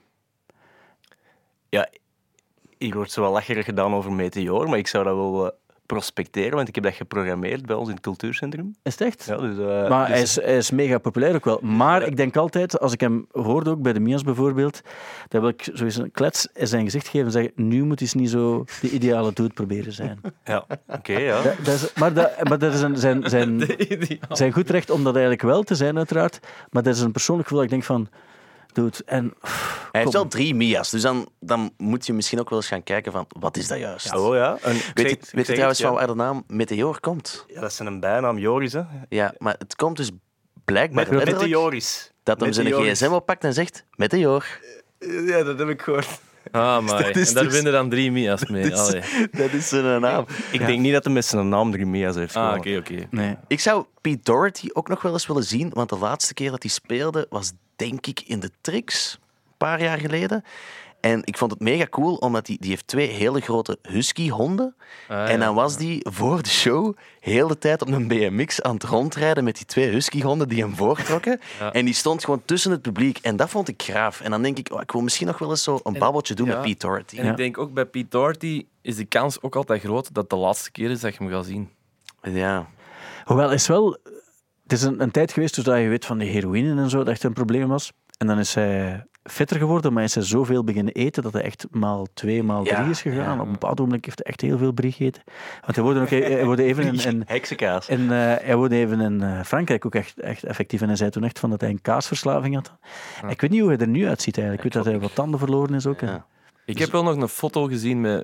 Ja, hier wordt zo wel lacherig gedaan over Meteor, maar ik zou dat wel prospecteren, want ik heb dat geprogrammeerd bij ons in het cultuurcentrum. Is het echt? Ja, dus, Maar dus hij is mega populair ook wel. Maar ik denk altijd, als ik hem hoorde, ook bij de Mias bijvoorbeeld, dan wil ik sowieso een klets in zijn gezicht geven en zeggen, nu moet hij niet zo de ideale dude proberen zijn. ja, oké, ja. Maar dat is zijn goed recht om dat eigenlijk wel te zijn, uiteraard. Maar dat is een persoonlijk gevoel dat ik denk van, dude, en... Hij heeft wel 3 Mia's, dus dan moet je misschien ook wel eens gaan kijken van, wat is dat juist? Ja, ja. Weet je trouwens van waar de naam Meteor komt? Ja, dat is een bijnaam, Joris, hè. Ja, maar het komt dus blijkbaar letterlijk Meteoris. dat hem zijn gsm oppakt en zegt, Meteor. Ja, dat heb ik gehoord. Ah, maar en daar dus- winnen dan 3 Mia's mee. Allee. Dat is zijn naam. Ik denk niet dat hij met zijn naam 3 Mia's heeft Ah, gewonnen. oké. Nee. Ik zou Pete Doherty ook nog wel eens willen zien, want de laatste keer dat hij speelde was denk ik in de Trix, een paar jaar geleden. En ik vond het mega cool, omdat die heeft 2 hele grote husky-honden. En dan was die voor de show heel de tijd op een BMX aan het rondrijden met die 2 husky-honden die hem voortrokken. Ja. En die stond gewoon tussen het publiek. En dat vond ik graaf. En dan denk ik, ik wil misschien nog wel eens zo een babbeltje doen met Pete Doherty. En ik denk ook bij Pete Doherty is de kans ook altijd groot dat het de laatste keer is dat je hem gaat zien. Ja. Hoewel, het is een tijd geweest toen je weet van de heroïne en zo, dat echt een probleem was. En dan is hij fitter geworden, maar is hij zoveel beginnen eten dat hij echt maal 2, maal 3 is gegaan. Op een bepaald moment heeft hij echt heel veel brie gegeten. Want hij woonde even in Heksenkaas. hij woonde even in Frankrijk ook echt effectief. En hij zei toen echt van dat hij een kaasverslaving had. Ik weet niet hoe hij er nu uitziet eigenlijk. Ik weet dat hij wat tanden verloren is ook. Ja. Ik heb wel nog een foto gezien met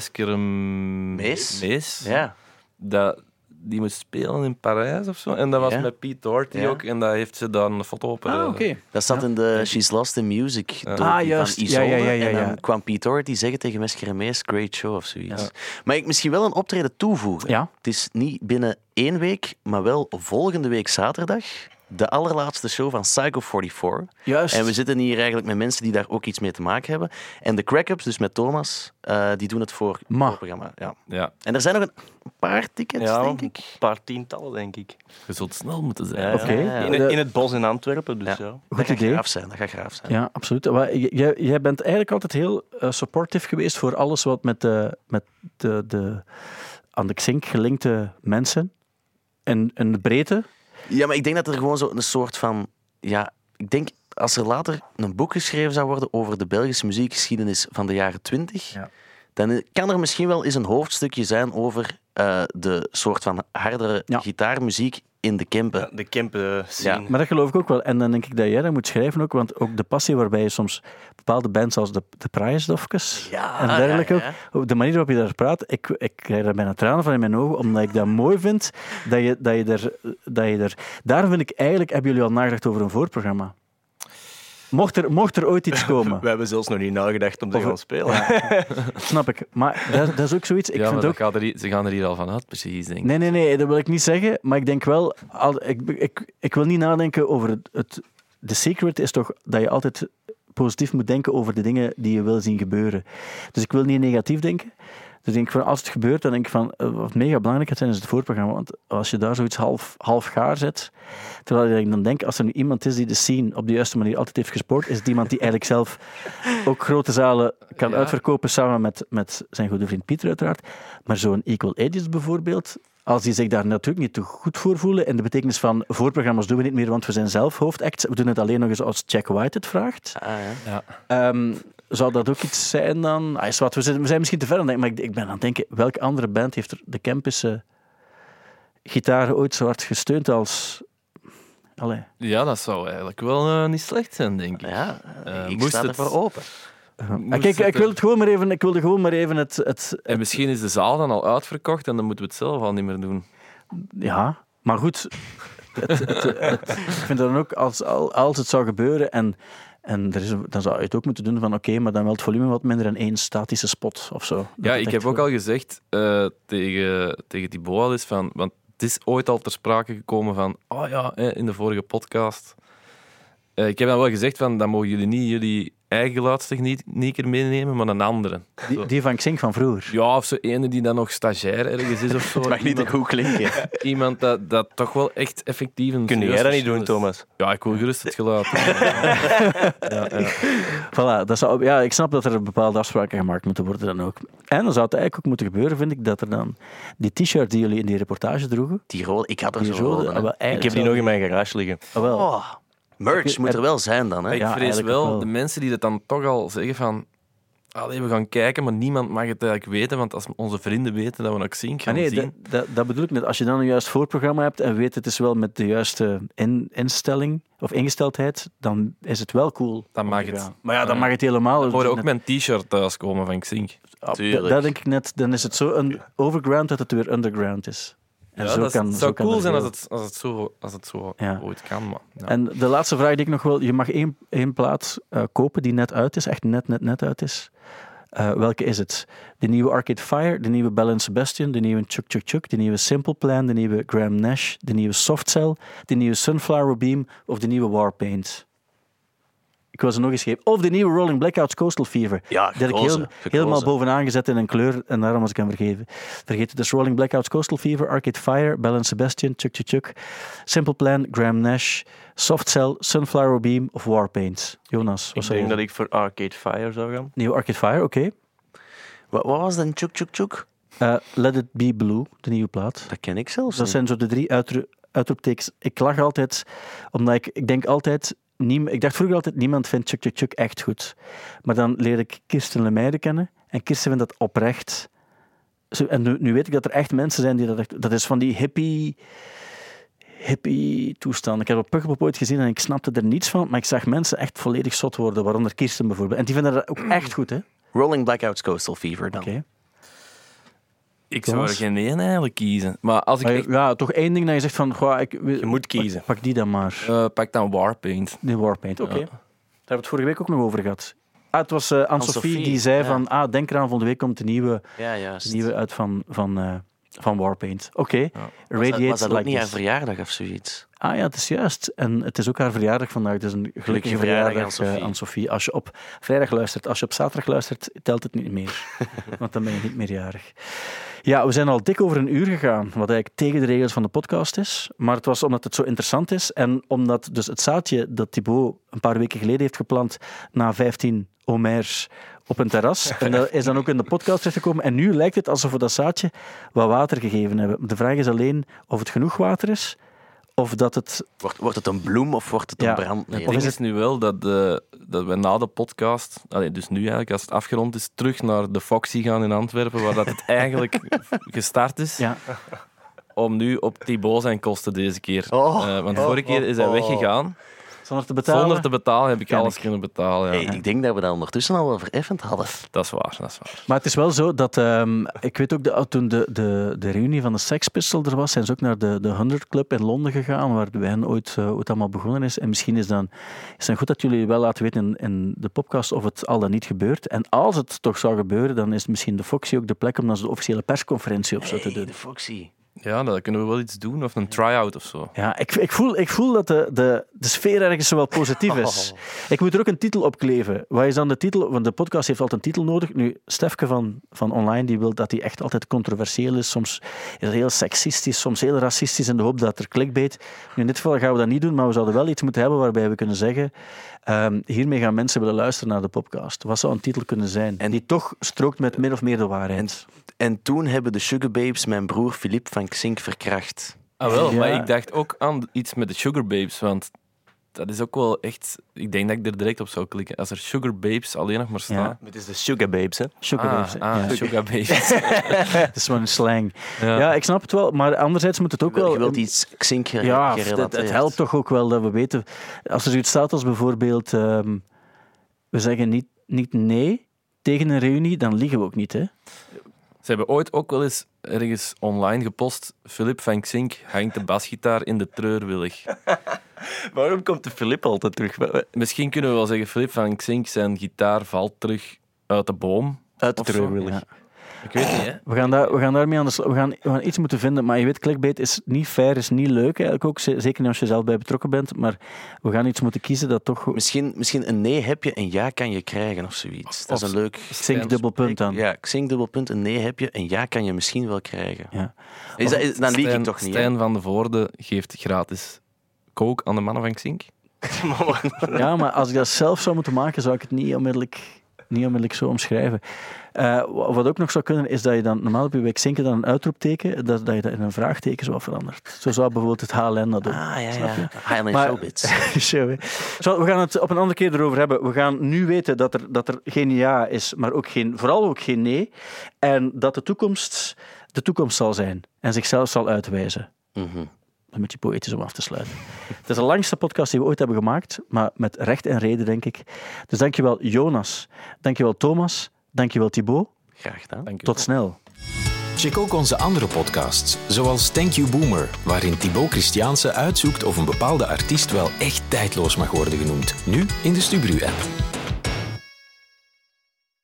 Mees? Mees. Ja. Die moest spelen in Parijs of zo. En dat was Ja. met Pete Doherty Ja. ook. En daar heeft ze dan een foto op. Dat zat in de She's Lost in Music docu juist. van Isolde. Ja. En dan kwam Pete Doherty zeggen tegen Meskeremees, great show of zoiets. Ja. Maar ik misschien wel een optreden toevoegen. Ja. Het is niet binnen 1 week, maar wel volgende week zaterdag. De allerlaatste show van Psycho 44. Juist. En we zitten hier eigenlijk met mensen die daar ook iets mee te maken hebben. En de Crack-Ups, dus met Thomas, die doen het voor het programma. Ja. Ja, En er zijn nog een paar tickets, Ja, denk ik. een paar tientallen, denk ik. je zult snel moeten zijn. Ja, Oké. ja. In het bos in Antwerpen, dus ja. Dat Goed gaat idee. graaf zijn. Dat gaat graaf zijn. Ja, absoluut. Maar jij bent eigenlijk altijd heel supportive geweest voor alles wat met de aan de Xink gelinkte mensen en de breedte. Ja, maar ik denk dat er gewoon zo een soort van... Ja, ik denk als er later een boek geschreven zou worden over de Belgische muziekgeschiedenis van de jaren 20, dan kan er misschien wel eens een hoofdstukje zijn over de soort van hardere gitaarmuziek in de Kempen. De Kempen scene. Ja. Maar dat geloof ik ook wel. En dan denk ik dat jij dat moet schrijven ook, want ook de passie waarbij je soms bepaalde bands als de Prijsdofkes en dergelijke ook, de manier waarop je daar praat, ik krijg daar bijna tranen van in mijn ogen, omdat ik dat mooi vind, dat je er... Daar vind ik eigenlijk, hebben jullie al nagedacht over een voorprogramma? Mocht er ooit iets komen. We hebben zelfs nog niet nagedacht om te gaan spelen. Snap ik. Maar dat is ook zoiets. Ik Ja, vind maar ook... ze gaan er hier al van uit, precies, denk ik. Nee, dat wil ik niet zeggen. Maar ik denk wel... Ik wil niet nadenken over het... De secret is toch dat je altijd positief moet denken over de dingen die je wil zien gebeuren. Dus ik wil niet negatief denken. Dus denk ik van, als het gebeurt, dan denk ik van, wat mega belangrijk gaat zijn, is het voorprogramma. Want als je daar zoiets half gaar zet, terwijl ik dan denk, als er nu iemand is die de scene op de juiste manier altijd heeft gespoord, is het iemand die eigenlijk zelf ook grote zalen kan uitverkopen, samen met zijn goede vriend Pieter uiteraard. Maar zo'n Equal Idiots bijvoorbeeld, als die zich daar natuurlijk niet te goed voor voelen, in de betekenis van voorprogramma's doen we niet meer, want we zijn zelf hoofdacts, we doen het alleen nog eens als Jack White het vraagt. Zou dat ook iets zijn dan? We zijn misschien te ver aan het denken, maar ik ben aan het denken, welke andere band heeft er de Kempische gitaren ooit zo hard gesteund als... Allee. Ja, dat zou eigenlijk wel niet slecht zijn, denk ik. Ja, ik moest sta het- ervoor open. Kijk, ik wilde gewoon maar even het... En misschien is de zaal dan al uitverkocht en dan moeten we het zelf al niet meer doen. Ja, maar goed. Ik vind dat dan ook, als het zou gebeuren en dan zou je het ook moeten doen van oké, maar dan wel het volume wat minder en 1 statische spot of zo. Ja, ik heb ook al gezegd tegen Thibaut al eens van... Want het is ooit al ter sprake gekomen van... in de vorige podcast. Ik heb dan wel gezegd van, dan mogen jullie niet jullie eigen geluidstechnieker meenemen, maar een andere. Die van Xink van vroeger? Ja, of zo ene die dan nog stagiair ergens is of zo. Het mag niet te goed klinken. Iemand dat toch wel echt effectief een... Kun jij dat niet doen, Thomas? Ja, ik wil gerust het geluid. Voilà, ik snap dat er bepaalde afspraken gemaakt moeten worden dan ook. En dan zou het eigenlijk ook moeten gebeuren, vind ik, dat er dan die t-shirt die jullie in die reportage droegen... Die rode, ik had er zo rode. Ik heb die nog in mijn garage liggen. Merch moet er wel zijn dan, hè? Ik vrees wel, de mensen die dat dan toch al zeggen van... Allee, we gaan kijken, maar niemand mag het eigenlijk weten, want als onze vrienden weten dat we nog Xink gaan zien... Dat bedoel ik net. Als je dan een juist voorprogramma hebt en weet het is wel met de juiste instelling of ingesteldheid, dan is het wel cool. Dan mag het. Maar ja, dan mag het helemaal. Dan hoor ook mijn t-shirt thuiskomen van Xink. Dat denk ik net. Dan is het zo overground dat het weer underground is. En zo zou cool zijn als het zo ooit kan. Maar, ja. En de laatste vraag die ik nog wil... Je mag één plaat kopen die net uit is, echt net uit is. Welke is het? De nieuwe Arcade Fire, de nieuwe Bell & Sebastian, de nieuwe Chuk Chuk Chuk, de nieuwe Simple Plan, de nieuwe Graham Nash, de nieuwe Soft Cell, de nieuwe Sunflower Beam of de nieuwe Warpaint? Ik wil ze nog eens geven. Of de nieuwe Rolling Blackouts Coastal Fever. Ja, die heb ik helemaal bovenaan gezet in een kleur en daarom was ik hem vergeten. Dus Rolling Blackouts Coastal Fever, Arcade Fire, Bell & Sebastian, Chuk Chuk Chuk, Simple Plan, Graham Nash, Soft Cell, Sunflower Beam of Warpaint. Jonas, ik denk dat ik voor Arcade Fire zou gaan. Nieuwe Arcade Fire, oké. Wat was dan Chuk Chuk Chuk? Let It Be Blue, de nieuwe plaat. Dat ken ik zelfs Dat zijn zo de 3 uitroeptekens. Ik lach altijd, omdat ik denk altijd... Ik dacht vroeger altijd, niemand vindt Chuk Chuk Chuk echt goed. Maar dan leerde ik Kirsten Lemijde kennen. En Kirsten vindt dat oprecht. En nu weet ik dat er echt mensen zijn die dat echt... Dat is van die hippie toestand. Ik heb op Pukkelpop ooit gezien en ik snapte er niets van. Maar ik zag mensen echt volledig zot worden. Waaronder Kirsten bijvoorbeeld. En die vinden dat ook echt goed, hè? Rolling Blackouts Coastal Fever dan. Okay. Ik zou er geen één eigenlijk kiezen. Maar als ik echt... Ja, toch één ding dat je zegt van... Je moet kiezen. Pak die dan maar. Pak dan Warpaint. De Warpaint, oké. Daar hebben we het vorige week ook nog over gehad. Het was Anne-Sophie die zei van... denk eraan, volgende week komt de nieuwe uit van Warpaint. Oké. Ja. Was dat ook niet haar verjaardag of zoiets? Ja, het is juist. En het is ook haar verjaardag vandaag. Het is een gelukkige verjaardag Anne-Sophie. Als je op vrijdag luistert, als je op zaterdag luistert, telt het niet meer. Want dan ben je niet meer jarig. Ja, we zijn al dik over een uur gegaan, wat eigenlijk tegen de regels van de podcast is. Maar het was omdat het zo interessant is en omdat dus het zaadje dat Thibaut een paar weken geleden heeft geplant na 15 Homers op een terras. En dat is dan ook in de podcast terechtgekomen. En nu lijkt het alsof we dat zaadje wat water gegeven hebben. De vraag is alleen of het genoeg water is. Of dat het... Wordt het een bloem of wordt het een brand? Het ding is nu wel dat we na de podcast, dus nu eigenlijk als het afgerond is, terug naar de Foxy gaan in Antwerpen, waar dat het eigenlijk gestart is. Ja. Om nu op Thibaut zijn kosten deze keer. Want vorige keer is hij weggegaan. Zonder te betalen heb ik alles kunnen betalen. Ja. Hey, ik denk dat we dat ondertussen al wel vereffend hadden. Dat is waar. Maar het is wel zo dat... ik weet ook, toen de reunie van de Sex Pistols er was, zijn ze ook naar de 100 Club in Londen gegaan, waar bij hen ooit allemaal begonnen is. En misschien is het goed dat jullie wel laten weten in de podcast of het al dan niet gebeurt. En als het toch zou gebeuren, dan is misschien de Foxy ook de plek om dan de officiële persconferentie op zo te doen. De Foxy. Ja, dat kunnen we wel iets doen, of een try-out of zo. Ja, ik voel dat de sfeer ergens wel positief is. Ik moet er ook een titel op kleven. Wat is dan de titel? Want de podcast heeft altijd een titel nodig. Nu, Stefke van Online, die wil dat die echt altijd controversieel is. Soms is het heel seksistisch, soms heel racistisch, in de hoop dat er clickbait. Nu, in dit geval gaan we dat niet doen, maar we zouden wel iets moeten hebben waarbij we kunnen zeggen, hiermee gaan mensen willen luisteren naar de podcast. Wat zou een titel kunnen zijn? En die toch strookt met min of meer de waarheid. En toen hebben de Sugar Babes mijn broer Philippe van Xink verkracht. Ah wel, maar ik dacht ook aan iets met de Sugar Babes, want dat is ook wel echt... Ik denk dat ik er direct op zou klikken. Als er Sugar Babes alleen nog maar staan... Ja. Het is de Sugar Babes, hè? Sugar Babes. Sugar Babes. Dat is wel een slang. Ja, ik snap het wel, maar anderzijds moet het ook wel... Je wilt iets Xink gerelateerd. Het helpt toch ook wel dat we weten... Als er zoiets staat als bijvoorbeeld... we zeggen niet nee tegen een reunie, dan liegen we ook niet, hè? Ze hebben ooit ook wel eens ergens online gepost, Philippe van Xink hangt de basgitaar in de treurwillig. Waarom komt de Philippe altijd terug? Misschien kunnen we wel zeggen, Philippe van Xink zijn gitaar valt terug uit de boom. Uit de treurwillig. Ik weet niet, hè. We gaan daarmee aan de slag. We gaan iets moeten vinden, maar je weet, clickbait is niet fair, is niet leuk eigenlijk ook. Zeker niet als je zelf bij betrokken bent, maar we gaan iets moeten kiezen dat toch... Misschien een nee heb je, een ja kan je krijgen of zoiets. Dat is een leuk... Xink dubbelpunt dan. Ja, Xink dubbelpunt, een nee heb je, een ja kan je misschien wel krijgen. Ja. Dan lieg ik toch niet. Stijn van de Voorde geeft gratis coke aan de mannen van Xink. Ja, maar als ik dat zelf zou moeten maken, zou ik het niet onmiddellijk zo omschrijven. Wat ook nog zou kunnen, is dat je dan normaal op je Xink dan een uitroepteken, dat je dat in een vraagteken zou verandert. Zo zou bijvoorbeeld het HLN dat doen. HLN Showbiz. We gaan het op een andere keer erover hebben. We gaan nu weten dat er geen ja is, maar vooral ook geen nee. En dat de toekomst zal zijn en zichzelf zal uitwijzen. Mm-hmm. Een beetje poëtisch om af te sluiten. Het is de langste podcast die we ooit hebben gemaakt, maar met recht en reden, denk ik. Dus dankjewel Jonas, dankjewel Thomas, dankjewel Thibaut. Graag gedaan. Tot snel. Check ook onze andere podcasts, zoals Thank You Boomer, waarin Thibaut Christiaanse uitzoekt of een bepaalde artiest wel echt tijdloos mag worden genoemd. Nu in de Stubru-app.